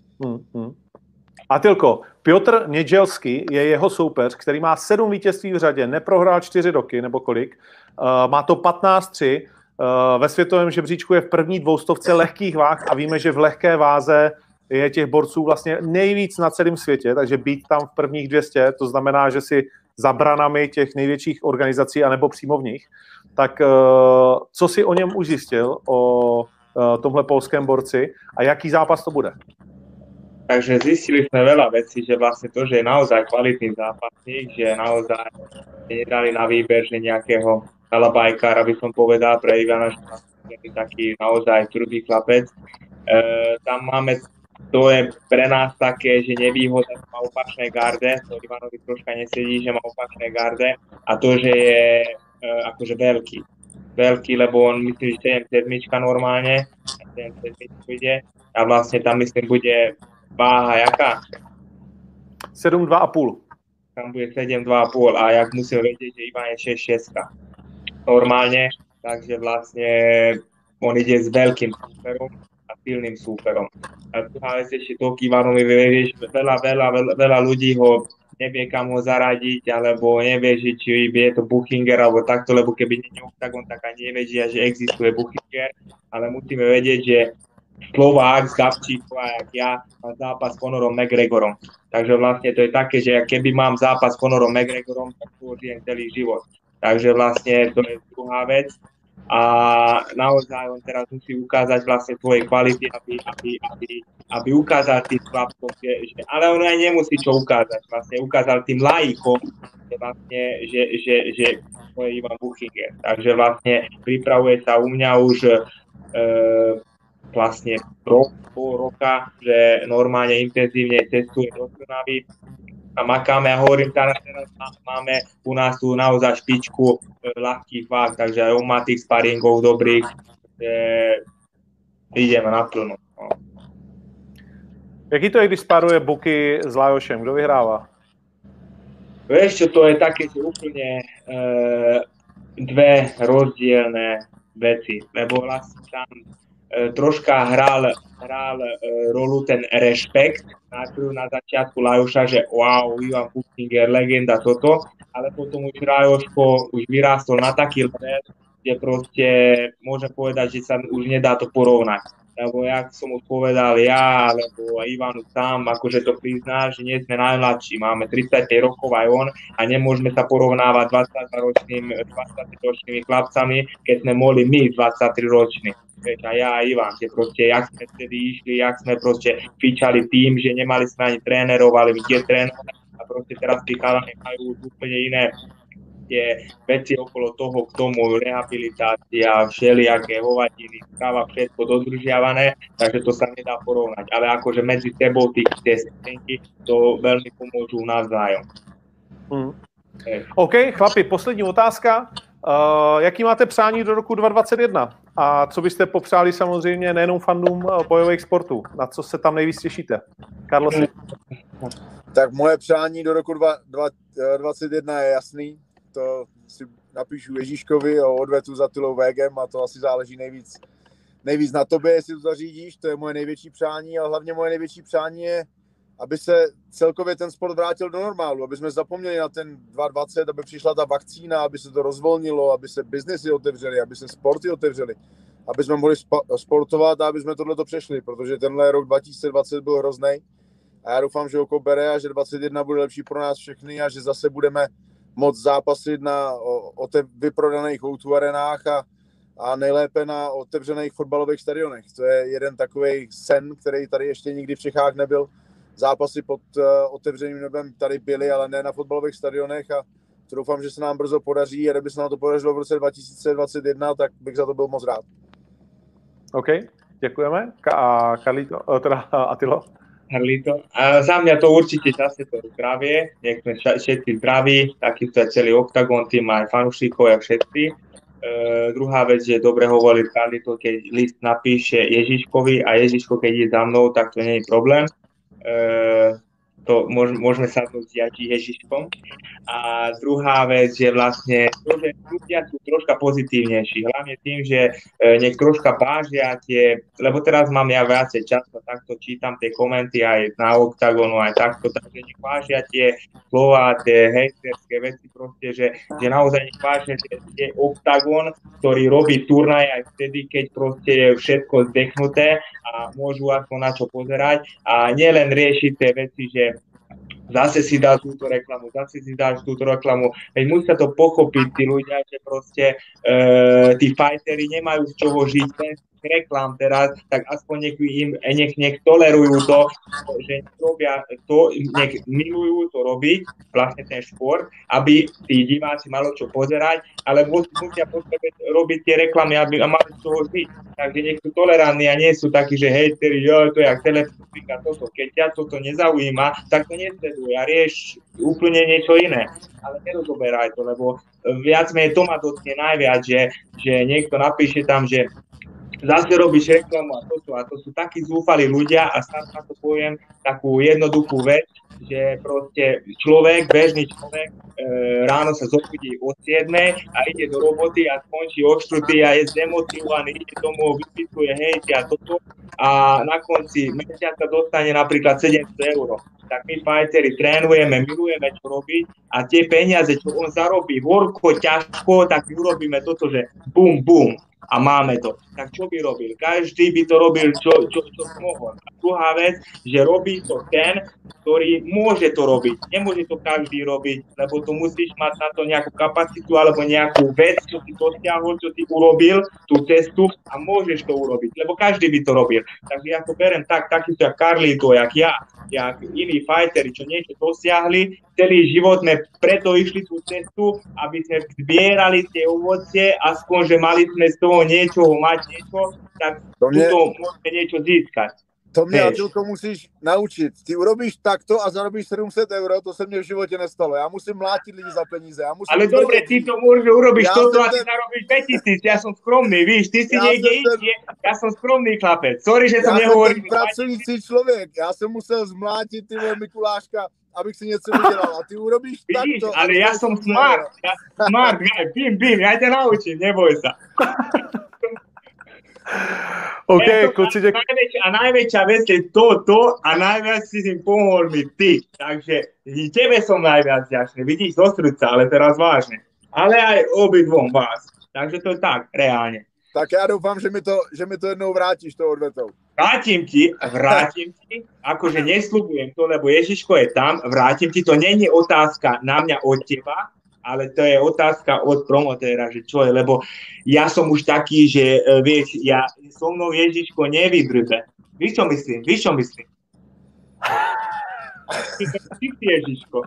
Atilko, Piotr Nědělský je jeho soupeř, který má 7 vítězství v řadě, neprohrál 4 roky, nebo kolik, má to 15-3, ve světovém žebříčku je v první 200 lehkých váh a víme, že v lehké váze je těch borců vlastně nejvíc na celém světě, takže být tam v prvních 200, to znamená, že si za branami těch největších organizací anebo přímo v nich. Tak co si o něm už zjistil, o tomhle polském borci a jaký zápas to bude? Takže zistili sme veľa vecí, že vlastne to, že je naozaj kvalitný zápasník, že naozaj nedali na výber, že nejakého kalabajkára, by som povedal, pre Ivana Šťastného, taký naozaj tvrdý chlapec. Tam máme, to je pre nás také, že nevýhoda, že má opačné garde, to Ivanovi troška nesedí, že má opačné garde a to, že je akože veľký, lebo on myslí, že 7-7 normálne, 7-7 ide a vlastne tam myslím bude váha jaká? 7,2,5. Tam bude 7,2,5 a jak musím vedieť, že Ivan je 6,6 normálne, takže vlastne on ide s veľkým súperom a silným súperom. A druhá vec ešte to k Ivanovi, vieš, veľa ľudí ho nevie kam ho zaradiť, alebo nevie, že či je to Buchinger, alebo takto, lebo keby nie je Octagon, tak ani nevedia, že existuje Buchinger, ale musíme vedieť, že Slovák z Gabčíkova, jak ja, mám zápas s Conorom McGregorom. Takže vlastne to je také, že keby mám zápas s Conorom McGregorom, tak to žijem celý život. Takže vlastne to je druhá vec. A naozaj on teraz musí ukázať vlastne svoje kvality, aby ukázal tým chlapcom, ale on aj nemusí čo ukázať. Vlastne ukázal tým laikom, že vlastne, že to je Ivan Buchinger. Takže vlastne pripravuje sa u mňa už vlastne pol roka, že normálne intenzívne testuje do Trnavy a makáme a hovorím, teraz máme u nás tu naozaj špičku ľahkých váh, takže aj on má tých sparingov dobrých, že ideme naplno. No. Jaký to je, když spáruje Buky s Lajošem? Kdo vyhrává? Vieš čo, to je také, že úplne dve rozdielne veci, lebo vlastne tam troška hral rolu ten rešpekt na začiatku Lajoša, že wow, Ivan Buchinger, legenda toto, ale potom už Lajoško už vyrástol na taký level, kde proste môžem povedať, že sa už nedá to porovnať. Lebo jak som už povedal ja, alebo Ivanu sám, akože to prizná, že nie sme najmladší, máme 35 rokov aj on a nemôžeme sa porovnávať 23-ročnými chlapcami, keď sme mohli my 23-roční. A ja a Ivan, že proste, jak sme vtedy išli, jak sme proste fičali tým, že nemali sme ani trénerov, ale kde trénovať a proste teraz tí chalani majú úplne iné tie veci okolo toho k tomu, rehabilitácia, všelijaké hovadiny, strava, všetko dodržiavané, takže to sa nedá porovnať. Ale akože medzi sebou tie scénky to veľmi pomôžu navzájom. OK, chlapi, poslední otázka. Jaký máte přání do roku 2021? A co byste popřáli samozřejmě nejenom fandům bojových sportů? Na co se tam nejvíc těšíte? Carlosi? Tak moje přání do roku 2021 je jasný. To si napíšu Ježíškovi a odvetu za Tylou Végem a to asi záleží nejvíc na tobě, jestli to zařídíš. To je moje největší přání, ale hlavně moje největší přání je, aby se celkově ten sport vrátil do normálu, aby jsme zapomněli na ten 2020, aby přišla ta vakcína, aby se to rozvolnilo, aby se biznesy otevřely, aby se sporty otevřely, aby jsme mohli sportovat a aby jsme tohleto přešli, protože tenhle rok 2020 byl hroznej a já doufám, že ho bere a že 2021 bude lepší pro nás všechny a že zase budeme moc zápasit na vyprodaných O2 arenách a nejlépe na otevřených fotbalových stadionech. To je jeden takový sen, který tady ještě nikdy v Čechách nebyl. zápasy pod otevřeným nebem tady byly, ale ne na fotbalových stadionech a to doufám, že se nám brzo podaří a kdyby se nám to podařilo v roce 2021, tak bych za to byl moc rád. OK, děkujeme. Teda Attilo? Carlito. A za mňa to určite zase to zdravie, nech sme všetci zdraví, takisto aj celý Octagon tým, aj fanúšikovia, všetci. Druhá vec, že dobre hovorí Carlito, keď list napíše Ježiškovi a Ježiško, keď ide za mnou, tak to nie je problém. To môžeme sa dosiať Ježiškom. A druhá vec, že vlastne to, že ľudia sú troška pozitívnejší, hlavne tým, že nech troška vážia tie, lebo teraz mám ja viacej času, takto čítam tie komenty aj na Octagonu, aj takto, takže nech vážia tie slova, tie hejterské veci proste, že naozaj nech vážia tie Octagon, ktorý robí turnaj aj vtedy, keď proste je všetko zdechnuté a môžu aspoň na čo pozerať a nielen riešiť tie veci, že zase si dá túto reklamu, zase si dáš túto reklamu. Veď musia to pochopiť tí ľudia, že proste tí fighteri nemajú z čoho žiť, ten reklám teraz, tak aspoň nech tolerujú to, že robia to, nech milujú to robiť, vlastne ten šport, aby tí diváci malo čo pozerať, ale musia potrebať robiť tie reklamy, aby mali z toho žiť. Takže nech sú tolerantní a nie sú takí, že hejteri, to je jak telefonka, toto. Keď ťa toto nezaujíma, tak to nesleduj a rieš úplne niečo iné. Ale nerozoberaj to, lebo viac menej to ma dotkne najviac, že niekto napíše tam, že zase robíš reklamu a to sú takí zúfali ľudia a snad na to poviem takú jednoduchú vec, že proste bežný človek ráno sa zobudí o 7 a ide do roboty a skončí o 4 a je zdemotivovaný, ide domov, vypituje hejty a toto a na konci mesiaca dostane napríklad 700 €. Tak my fighteri trénujeme, milujeme čo robiť a tie peniaze, čo on zarobí horko, ťažko, tak urobíme toto, že bum, bum. A máme to. Tak čo by robil? Každý by to robil, čo mohol. A druhá vec, že robí to ten, ktorý môže to robiť. Nemôže to každý robiť, lebo to musíš mať na to nejakú kapacitu alebo nejakú vec, čo si dosiahol, čo si urobil, tú cestu a môžeš to urobiť, lebo každý by to robil. Takže ja to berem takýto jak Carlito, jak ja, jak iní fighteri, čo niečo dosiahli, celý život sme preto išli tú cestu, aby sme zbierali tie ovocie, aspoň, že mali sme z toho niečoho mať niečo, tak tuto môžeme niečo získať. To mě, Atilko, musíš naučit. Ty urobíš takto a zarobíš 700 €, to se mně v životě nestalo. Já musím mlátit lidi za peníze. Ale dobre, ty to môžeš urobiť toto a ty zarobíš 5000. Ja som skromný, víš, ty si niekde inde, ja som skromný chlapec. Sorry, že som nehovoril. Já jsem pracující člověk. Já jsem musel zmlátit ty Mikuláška, abych si něco vydělal. A ty urobíš vidíš, takto. Ale ja som smart. Bim, ja ťa naučím, neboj sa. OK, kluci, a najväčšia vec je to a najviac si im pomohol mi ty. Takže tebe som najviac ďačný. Vidíš, do srdca, ale teraz vážne. Ale aj obidvom vás. Takže to je tak, reálne. Tak já doufám, že mi to jednou vrátíš tou odvetou. Vrátim ti, akože nesľubujem to, lebo Ježiško je tam, vrátim ti, to nie je otázka na mňa od teba, ale to je otázka od promotéra, že čo je, lebo ja som už taký, že vieš, so mnou Ježiško nevydrbe. Víš, čo myslím? Ty Ježiško.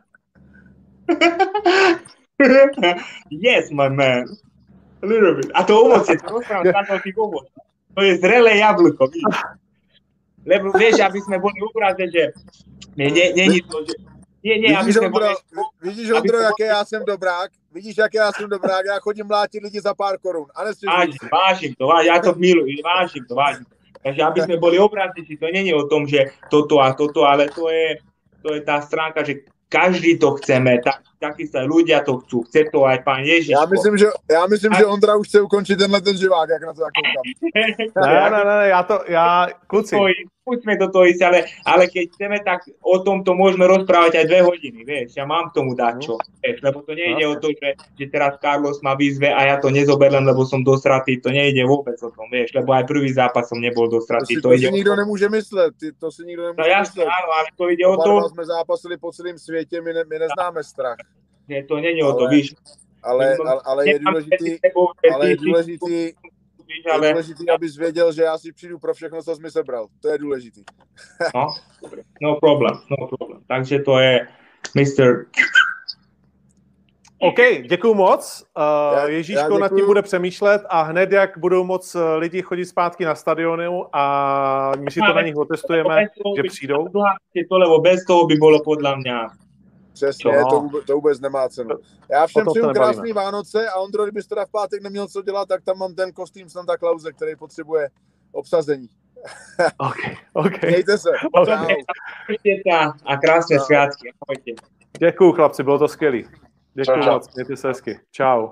Yes, my man. A little bit. A to ovocie, to rozprávam z tých ovocí. To je zrelé jablko, víš. Lebo vieš, aby sme boli obrazne, že není to, že Vidíš, Ondro, jaké já jsem dobrák? Vidíš, jaké já jsem dobrák? Já chodím mlátit lidi za pár korun. Vážim to, ja to milujem, vážim to. Takže aby sme boli obrazníci, to nie je o tom, že toto a toto, ale to je tá stránka, že každý to chceme, takisto aj ľudia to chcú, chce to aj pán Ježiško. Já myslím, že Ondra už chce ukončit ten živák, jak na to koukám. Ne, kluci. Púďme do toho ísť, ale keď chceme, tak o tomto môžeme rozprávať aj 2 hodiny, vieš, ja mám k tomu dať čo, vieš, lebo to nejde o to, že teraz Carlos ma vyzve a ja to nezoberiem, lebo som dosratý, to nejde vôbec o tom, vieš, lebo aj prvý zápas som nebol dosratý. To si nikdo nemůže myslet, to si nikdo nemůže myslet. Áno, ale to ide o to. Jsme zápasili po celém světě, my neznáme strach. To není o to, víš. Ale je důležitý, je důležitý, abys věděl, že já si přijdu pro všechno, co jsi mi sebral. To je důležitý. No problem. Takže to je Mr. OK, děkuju moc. Ježíško nad tím bude přemýšlet a hned, jak budou moc lidi chodit zpátky na stadionu a my si to na nich otestujeme, že přijdou. Lebo bez toho by bylo podle mě. Přesně, to vůbec nemá cenu. Já všem přeju krásný Vánoce a Ondro, kdybys teda v pátek neměl co dělat, tak tam mám ten kostým Santa Clause, který potřebuje obsazení. OK. Mějte se. Okay. A krásné svátky. Děkuju, chlapci, bylo to skvělý. Děkuju moc, mějte se hezky. Čau.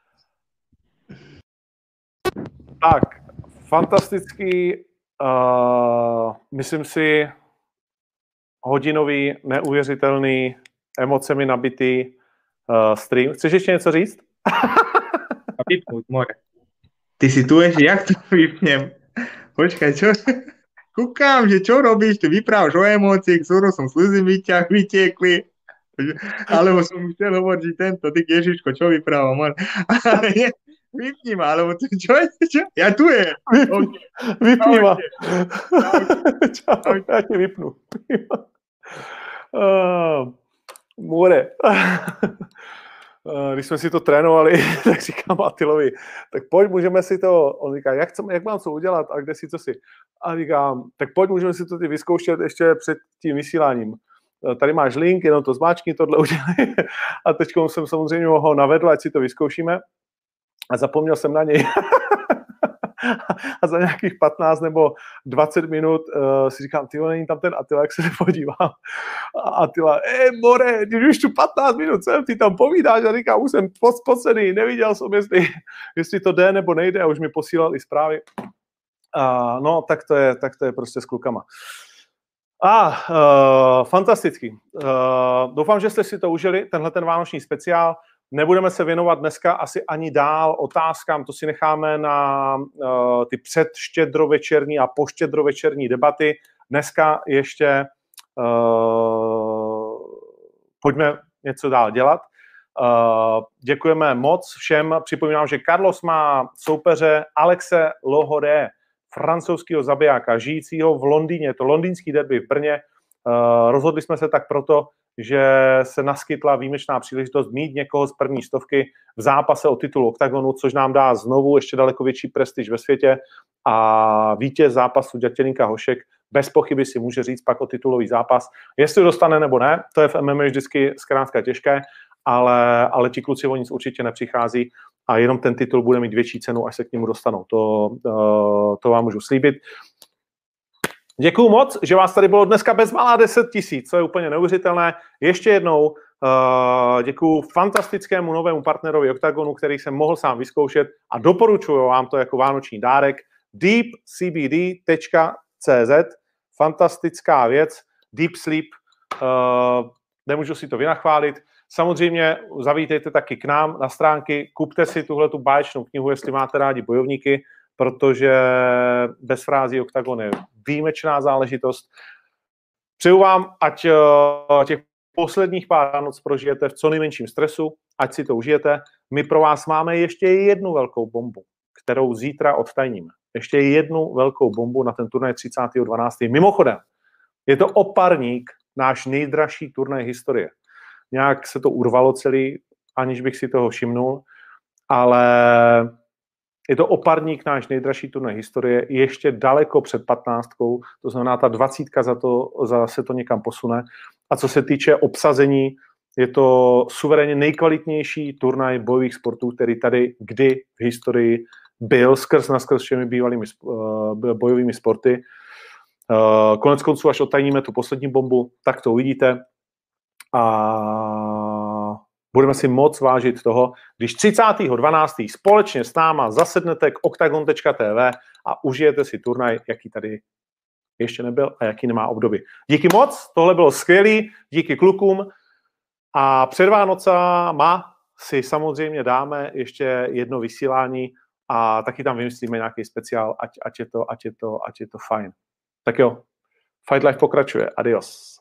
Tak, fantastický, myslím si, hodinový, neuvěřitelný, emocemi nabitý stream. Chceš ještě něco říct? Vypnout, more. Ty si tu ještě, jak to vypnem? Počkaj, čo? Kúkam, že čo robíš? Ty vyprávaš o emóciách, skoro som slzy vytiekli. Alebo som chcel hovoriť, že tento, ty Ježiško, čo vyprávam? Ale nie, vypni ma, alebo čo? Ja tu je. Vypni ma. Čau, já tě vypnu. More. Když jsme si to trénovali, tak říkám Atilovi, tak pojď, můžeme si to, on říká, jak mám co udělat a kde si co si. A říkám, tak pojď, můžeme si to ty vyzkoušet ještě před tím vysíláním. Tady máš link, jenom to zmáčkni, tohle udělej. A teď jsem samozřejmě ho navedl, ať si to vyzkoušíme. A zapomněl jsem na něj. A za nějakých 15 nebo 20 minut si říkám, tyjo, není tam ten Attila, jak se nepodívám. A Attila, more, když už tu 15 minut jsem, ty tam povídáš a říkám, už jsem spocený, neviděl jsem, jestli to jde nebo nejde a už mi posílal i zprávy. No, tak to je prostě s klukama. Fantastický. Doufám, že jste si to užili, tenhle ten vánoční speciál. Nebudeme se věnovat dneska asi ani dál otázkám, to si necháme na ty předštědrovečerní a poštědrovečerní debaty. Dneska ještě pojďme něco dál dělat. Děkujeme moc všem. Připomínám, že Carlos má soupeře Alexe Lohore, francouzského zabijáka, žijícího v Londýně. To londýnský derby v Brně. Rozhodli jsme se tak proto, že se naskytla výjimečná příležitost mít někoho z první stovky v zápase o titul Oktagonu, což nám dá znovu ještě daleko větší prestiž ve světě a vítěz zápasu Ďatělínka Hošek bez pochyby si může říct pak o titulový zápas. Jestli dostane nebo ne, to je v MMA vždycky zkrátka těžké, ale ti kluci o nic určitě nepřichází a jenom ten titul bude mít větší cenu, až se k němu dostanou. To vám můžu slíbit. Děkuju moc, že vás tady bylo dneska bezmála 10 000, co je úplně neuvěřitelné. Ještě jednou děkuju fantastickému novému partnerovi Oktagonu, který jsem mohl sám vyzkoušet a doporučuju vám to jako vánoční dárek. deepcbd.cz, fantastická věc, Deep Sleep, nemůžu si to vynachválit. Samozřejmě zavítejte taky k nám na stránky, kupte si tuhletu báječnou knihu, jestli máte rádi bojovníky, protože bez frází Oktagon je výjimečná záležitost. Přeju vám, ať těch posledních pár Vánoc prožijete v co nejmenším stresu, ať si to užijete. My pro vás máme ještě jednu velkou bombu, kterou zítra odtajníme. Ještě jednu velkou bombu na ten turnaj 30.12. Mimochodem, je to oparník, náš nejdražší turnaj historie. Nějak se to urvalo celý, aniž bych si toho všimnul, ale je to oparník, náš nejdražší turnaj historie, ještě daleko před 15, to znamená ta 20 zase to někam posune. A co se týče obsazení, je to suverénně nejkvalitnější turnaj bojových sportů, který tady kdy v historii byl skrz naskrz všemi bývalými bojovými sporty. Konec konců, až odtajníme tu poslední bombu, tak to uvidíte. A budeme si moc vážit toho, když 30.12. společně s náma zasednete k octagon.tv a užijete si turnaj, jaký tady ještě nebyl a jaký nemá obdoby. Díky moc, tohle bylo skvělý, díky klukům a před Vánocama si samozřejmě dáme ještě jedno vysílání a taky tam vymyslíme nějaký speciál, ať je to fajn. Tak jo, Fight Life pokračuje. Adios.